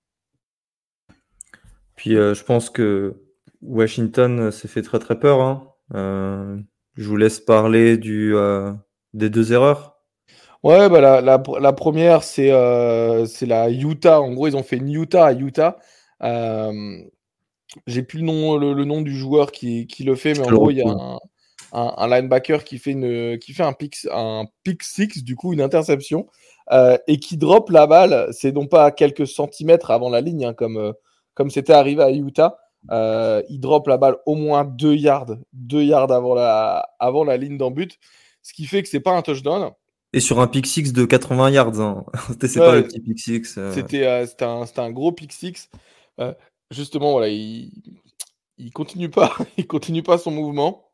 Puis euh, je pense que Washington s'est fait très très peur. Hein. Euh, je vous laisse parler du, euh, des deux erreurs. Ouais, bah la, la, la première, c'est euh, c'est la Utah. En gros, ils ont fait une Utah à Utah. Euh, j'ai plus le nom, le, le nom du joueur qui, qui le fait, Je mais te en le gros, il y a retrouve. un, un, un linebacker qui fait, une, qui fait un, pick, un pick six, du coup, une interception, euh, et qui drop la balle. C'est non pas quelques centimètres avant la ligne, hein, comme euh, comme c'était arrivé à Utah. Euh, il drop la balle au moins deux yards, deux yards avant la, avant la ligne d'en but, ce qui fait que c'est pas un touchdown. Et sur un pick six de quatre-vingts yards. Hein. C'est pas le Ouais, petit pick six. Euh... c'était euh, c'était un, c'était un gros pick six. Euh, justement, voilà, il, il continue pas, il continue pas son mouvement.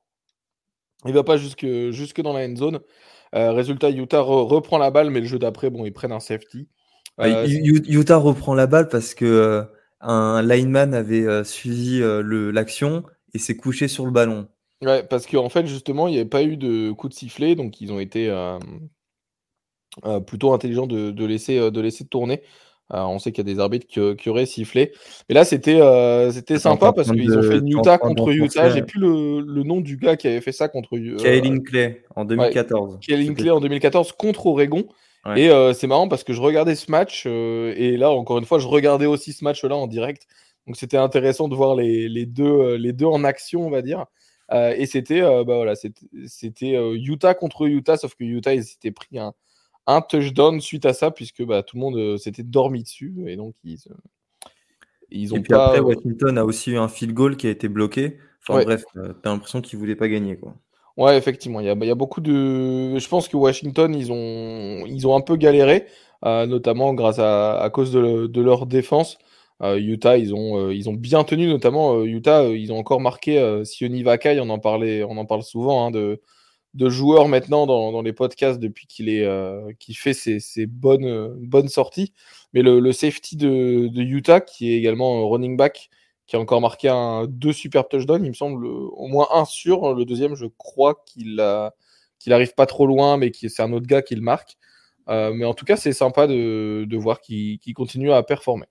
Il va pas jusque, jusque dans la end zone. Euh, résultat, Utah re- reprend la balle, mais le jeu d'après, bon, ils prennent un safety. Ah, Euh, U- Utah reprend la balle parce que euh, un lineman avait euh, suivi euh, le, l'action et s'est couché sur le ballon. ouais, parce qu'en fait, justement, il n'y avait pas eu de coup de sifflet, donc ils ont été euh, euh, plutôt intelligents de, de laisser, euh, de laisser tourner. Euh, on sait qu'il y a des arbitres qui, qui auraient sifflé. Mais là, c'était euh, c'était T'es en sympa parce train qu'ils ont fait de, une t'es en Utah train contre d'enfoncer Utah. J'ai euh, plus le, le nom du gars qui avait fait ça contre euh, Kaelin Clay en ouais, deux mille quatorze. Kelly C'était Clay en deux mille quatorze contre Oregon. ouais. Et euh, c'est marrant parce que je regardais ce match euh, et là, encore une fois, je regardais aussi ce match-là en direct. Donc c'était intéressant de voir les, les, deux, euh, les deux en action, on va dire. Euh, et c'était euh, bah, voilà, c'était, c'était euh, Utah contre Utah, sauf que Utah, ils s'étaient pris un, un touchdown suite à ça, puisque bah, tout le monde euh, s'était dormi dessus. Et donc, ils euh, ils Et ont puis pas. après, euh, Washington a aussi eu un field goal qui a été bloqué. Enfin Ouais, bref, euh, t'as l'impression qu'ils voulaient pas gagner quoi. ouais, effectivement, il y a, il y a beaucoup de. Je pense que Washington, ils ont, ils ont un peu galéré, euh, notamment grâce à, à cause de, de leur défense. Euh, Utah, ils ont, euh, ils ont bien tenu, notamment euh, Utah, euh, ils ont encore marqué euh, Sione Vakai, on en parlait, on en parle souvent, hein, de, de joueurs maintenant dans, dans les podcasts depuis qu'il est, euh, qu'il fait ses, ses bonnes, euh, bonnes sorties. Mais le, le safety de, de Utah, qui est également un running back, qui a encore marqué un, deux super touchdowns, il me semble, au moins un sur. Le deuxième, je crois qu'il a, qu'il arrive pas trop loin, mais qui, c'est un autre gars qui le marque. Euh, mais en tout cas, c'est sympa de, de voir qu'il, qu'il continue à performer.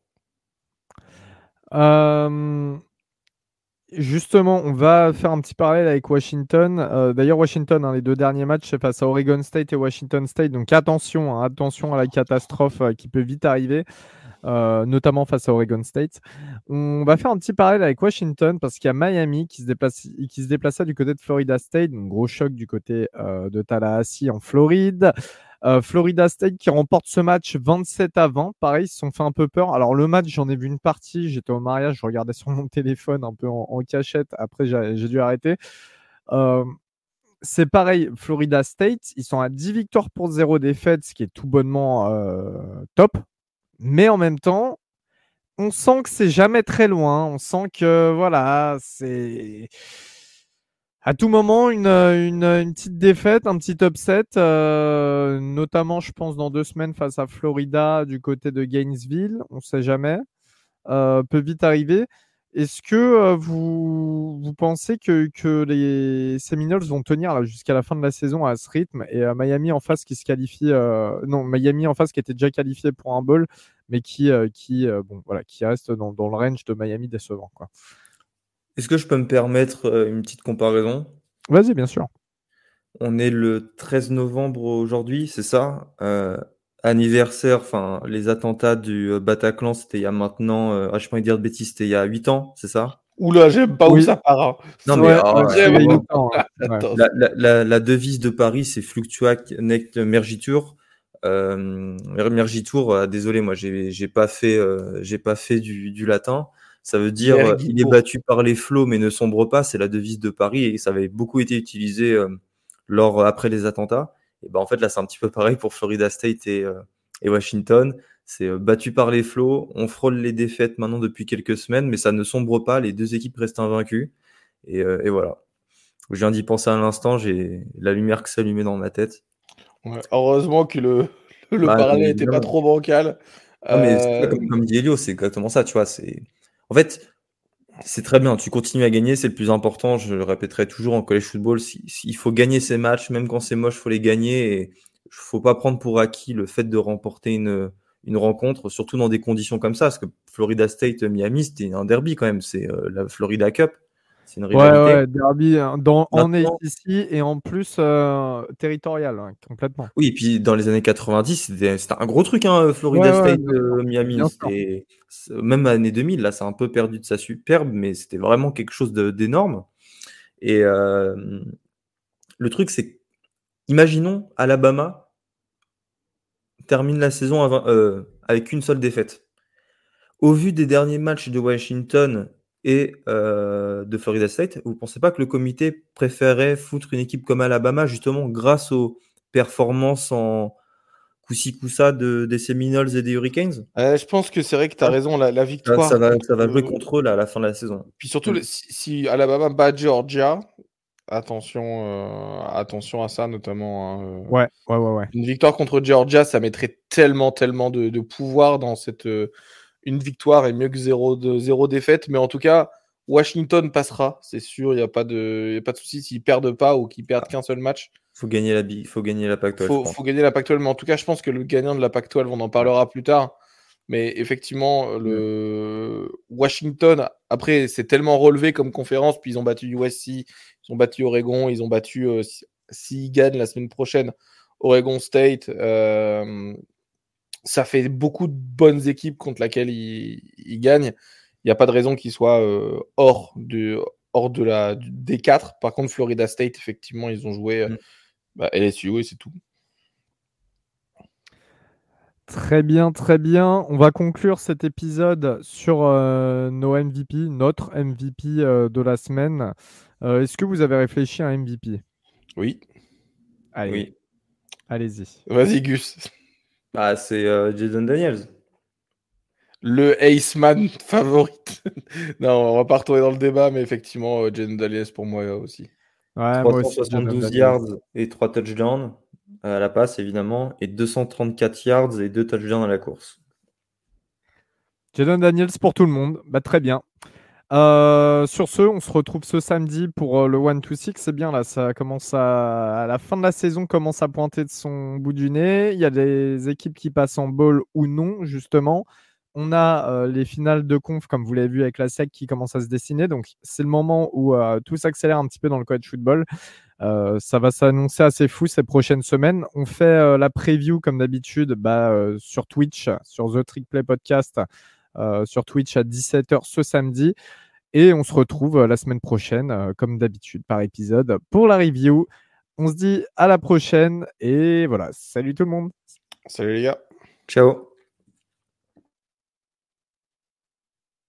Euh, Justement, on va faire un petit parallèle avec Washington. Euh, d'ailleurs, Washington, hein, les deux derniers matchs, c'est face à Oregon State et Washington State. Donc attention, hein, attention à la catastrophe euh, qui peut vite arriver, euh, notamment face à Oregon State. On va faire un petit parallèle avec Washington parce qu'il y a Miami qui se déplace, qui se déplaça du côté de Florida State. Donc gros choc du côté euh, de Tallahassee en Floride. Euh, Florida State qui remporte ce match vingt-sept à vingt. Pareil, ils se sont fait un peu peur. Alors, le match, j'en ai vu une partie. J'étais au mariage, je regardais sur mon téléphone un peu en, en cachette. Après, j'ai, j'ai dû arrêter. Euh, c'est pareil, Florida State, ils sont à dix victoires pour zéro défaite, ce qui est tout bonnement euh, top. Mais en même temps, on sent que c'est jamais très loin. On sent que, voilà, c'est à tout moment, une, une, une petite défaite, un petit upset, euh, notamment, je pense, dans deux semaines face à Florida du côté de Gainesville. On ne sait jamais. euh, peut vite arriver. Est-ce que euh, vous, vous pensez que, que les Seminoles vont tenir là, jusqu'à la fin de la saison à ce rythme et euh, Miami en face qui se qualifie, euh, non, Miami en face qui était déjà qualifié pour un bowl, mais qui, euh, qui, euh, bon, voilà, qui reste dans, dans le range de Miami décevant, quoi. Est-ce que je peux me permettre euh, une petite comparaison? Vas-y, bien sûr. On est le treize novembre aujourd'hui, c'est ça? Euh, anniversaire, enfin, les attentats du euh, Bataclan, c'était il y a maintenant, euh, ah, je peux pas dire de bêtises, c'était il y a huit ans, c'est ça? Oula, j'aime pas Oui. où ça part. Hein. Non, Ouais, mais ouais, oh, c'est j'aime il y a pas. huit ans, ouais. Ouais. Attends. la, la- la- la devise de Paris, c'est Fluctuac nec mergitur. Euh, mergitur, euh, désolé, moi, j'ai j'ai pas fait, euh, j'ai pas fait du, du latin. Ça veut dire euh, il est Merguito. battu par les flots mais ne sombre pas. C'est la devise de Paris et ça avait beaucoup été utilisé euh, lors après les attentats. Et ben en fait là, c'est un petit peu pareil pour Florida State et, euh, et Washington. C'est euh, battu par les flots. On frôle les défaites maintenant depuis quelques semaines, mais ça ne sombre pas. Les deux équipes restent invaincues. Et, euh, et voilà. Je viens d'y penser à l'instant, j'ai la lumière qui s'allumait dans ma tête. Ouais, heureusement que le, le Bah, parallèle n'était pas évidemment. trop bancal. Non, mais c'est ça, Euh, comme, comme dit Elio, c'est exactement ça, tu vois. C'est... En fait, c'est très bien. Tu continues à gagner, c'est le plus important. Je le répéterai toujours en college football. Si- si- Il faut gagner ces matchs, même quand c'est moche, il faut les gagner. Et il faut pas prendre pour acquis le fait de remporter une, une rencontre, surtout dans des conditions comme ça. Parce que Florida State, Miami, c'était un derby quand même. C'est euh, la Florida Cup. C'est une Ouais, rivalité. ouais, derby hein, dans, en Maintenant, A C C et en plus euh, territorial, hein, complètement. oui, et puis dans les années quatre-vingt-dix, c'était c'était un gros truc, hein, Florida Ouais, ouais, State, bien sûr. euh, Miami. Bien sûr. C'était c'est- même année deux mille, là, c'est un peu perdu de sa superbe, mais c'était vraiment quelque chose de- d'énorme. Et euh, le truc, c'est, imaginons Alabama termine la saison avant- euh, avec une seule défaite. Au vu des derniers matchs de Washington et euh, de Florida State, vous pensez pas que le comité préférait foutre une équipe comme Alabama justement grâce aux performances en coup-ci coup-ça de, des Seminoles et des Hurricanes? euh, je pense que c'est vrai que tu as raison, la, la Ça, victoire ça va, contre. ça va jouer euh, contre eux là, à la fin de la saison. Puis surtout, Mm. le- si, si Alabama bat Georgia, attention, euh, attention à ça notamment. Hein, euh. Ouais, ouais, ouais, ouais. Une victoire contre Georgia, ça mettrait tellement, tellement de, de pouvoir dans cette. euh, Une victoire est mieux que zéro, de, zéro défaite, mais en tout cas, Washington passera, c'est sûr, il n'y a pas de, y a pas de souci s'ils perdent pas ou qu'ils perdent qu'un seul match. Faut gagner la bi- faut gagner la Pac douze, je Faut, pense. faut gagner la Pac douze, mais en tout cas, je pense que le gagnant de la Pac douze, on en parlera plus tard. Mais effectivement, le Washington, après, c'est tellement relevé comme conférence, puis ils ont battu U S C, ils ont battu Oregon, ils ont battu, euh, si- s'ils gagnent la semaine prochaine, Oregon State. euh, ça fait beaucoup de bonnes équipes contre laquelle ils, ils gagnent. Il n'y a pas de raison qu'ils soient euh, hors, de, hors de la, des quatre. Par contre, Florida State, effectivement, ils ont joué euh, Mm. bah, L S U et c'est tout. Très bien, très bien. On va conclure cet épisode sur euh, nos M V P, notre M V P euh, de la semaine. Euh, est-ce que vous avez réfléchi à un M V P? Oui. Allez, Oui. allez-y. Vas-y, Gus. Ah, c'est euh, Jaden Daniels. Le Aceman favorite. Non, on va pas retourner dans le débat, mais effectivement, euh, Jaden Daniels pour moi euh, aussi. Ouais, moi aussi, Jaden trois cent soixante-douze Daniels. yards et trois touchdowns à la passe, évidemment, et deux cent trente-quatre yards et deux touchdowns à la course. Jaden Daniels pour tout le monde. Bah, très bien. Euh, sur ce, on se retrouve ce samedi pour euh, le one to six. C'est bien là, ça commence à... à la fin de la saison commence à pointer de son bout du nez. Il y a des équipes qui passent en bowl ou non, justement. On a euh, les finales de conf, comme vous l'avez vu avec la S E C, qui commencent à se dessiner. Donc, c'est le moment où euh, tout s'accélère un petit peu dans le college football. Euh, ça va s'annoncer assez fou ces prochaines semaines. On fait euh, la preview, comme d'habitude, bah, euh, sur Twitch, sur The Trick Play Podcast, euh, sur Twitch à dix-sept heures ce samedi. Et on se retrouve euh, la semaine prochaine, euh, comme d'habitude, par épisode, pour la review. On se dit à la prochaine. Et voilà, salut tout le monde. Salut les gars. Ciao.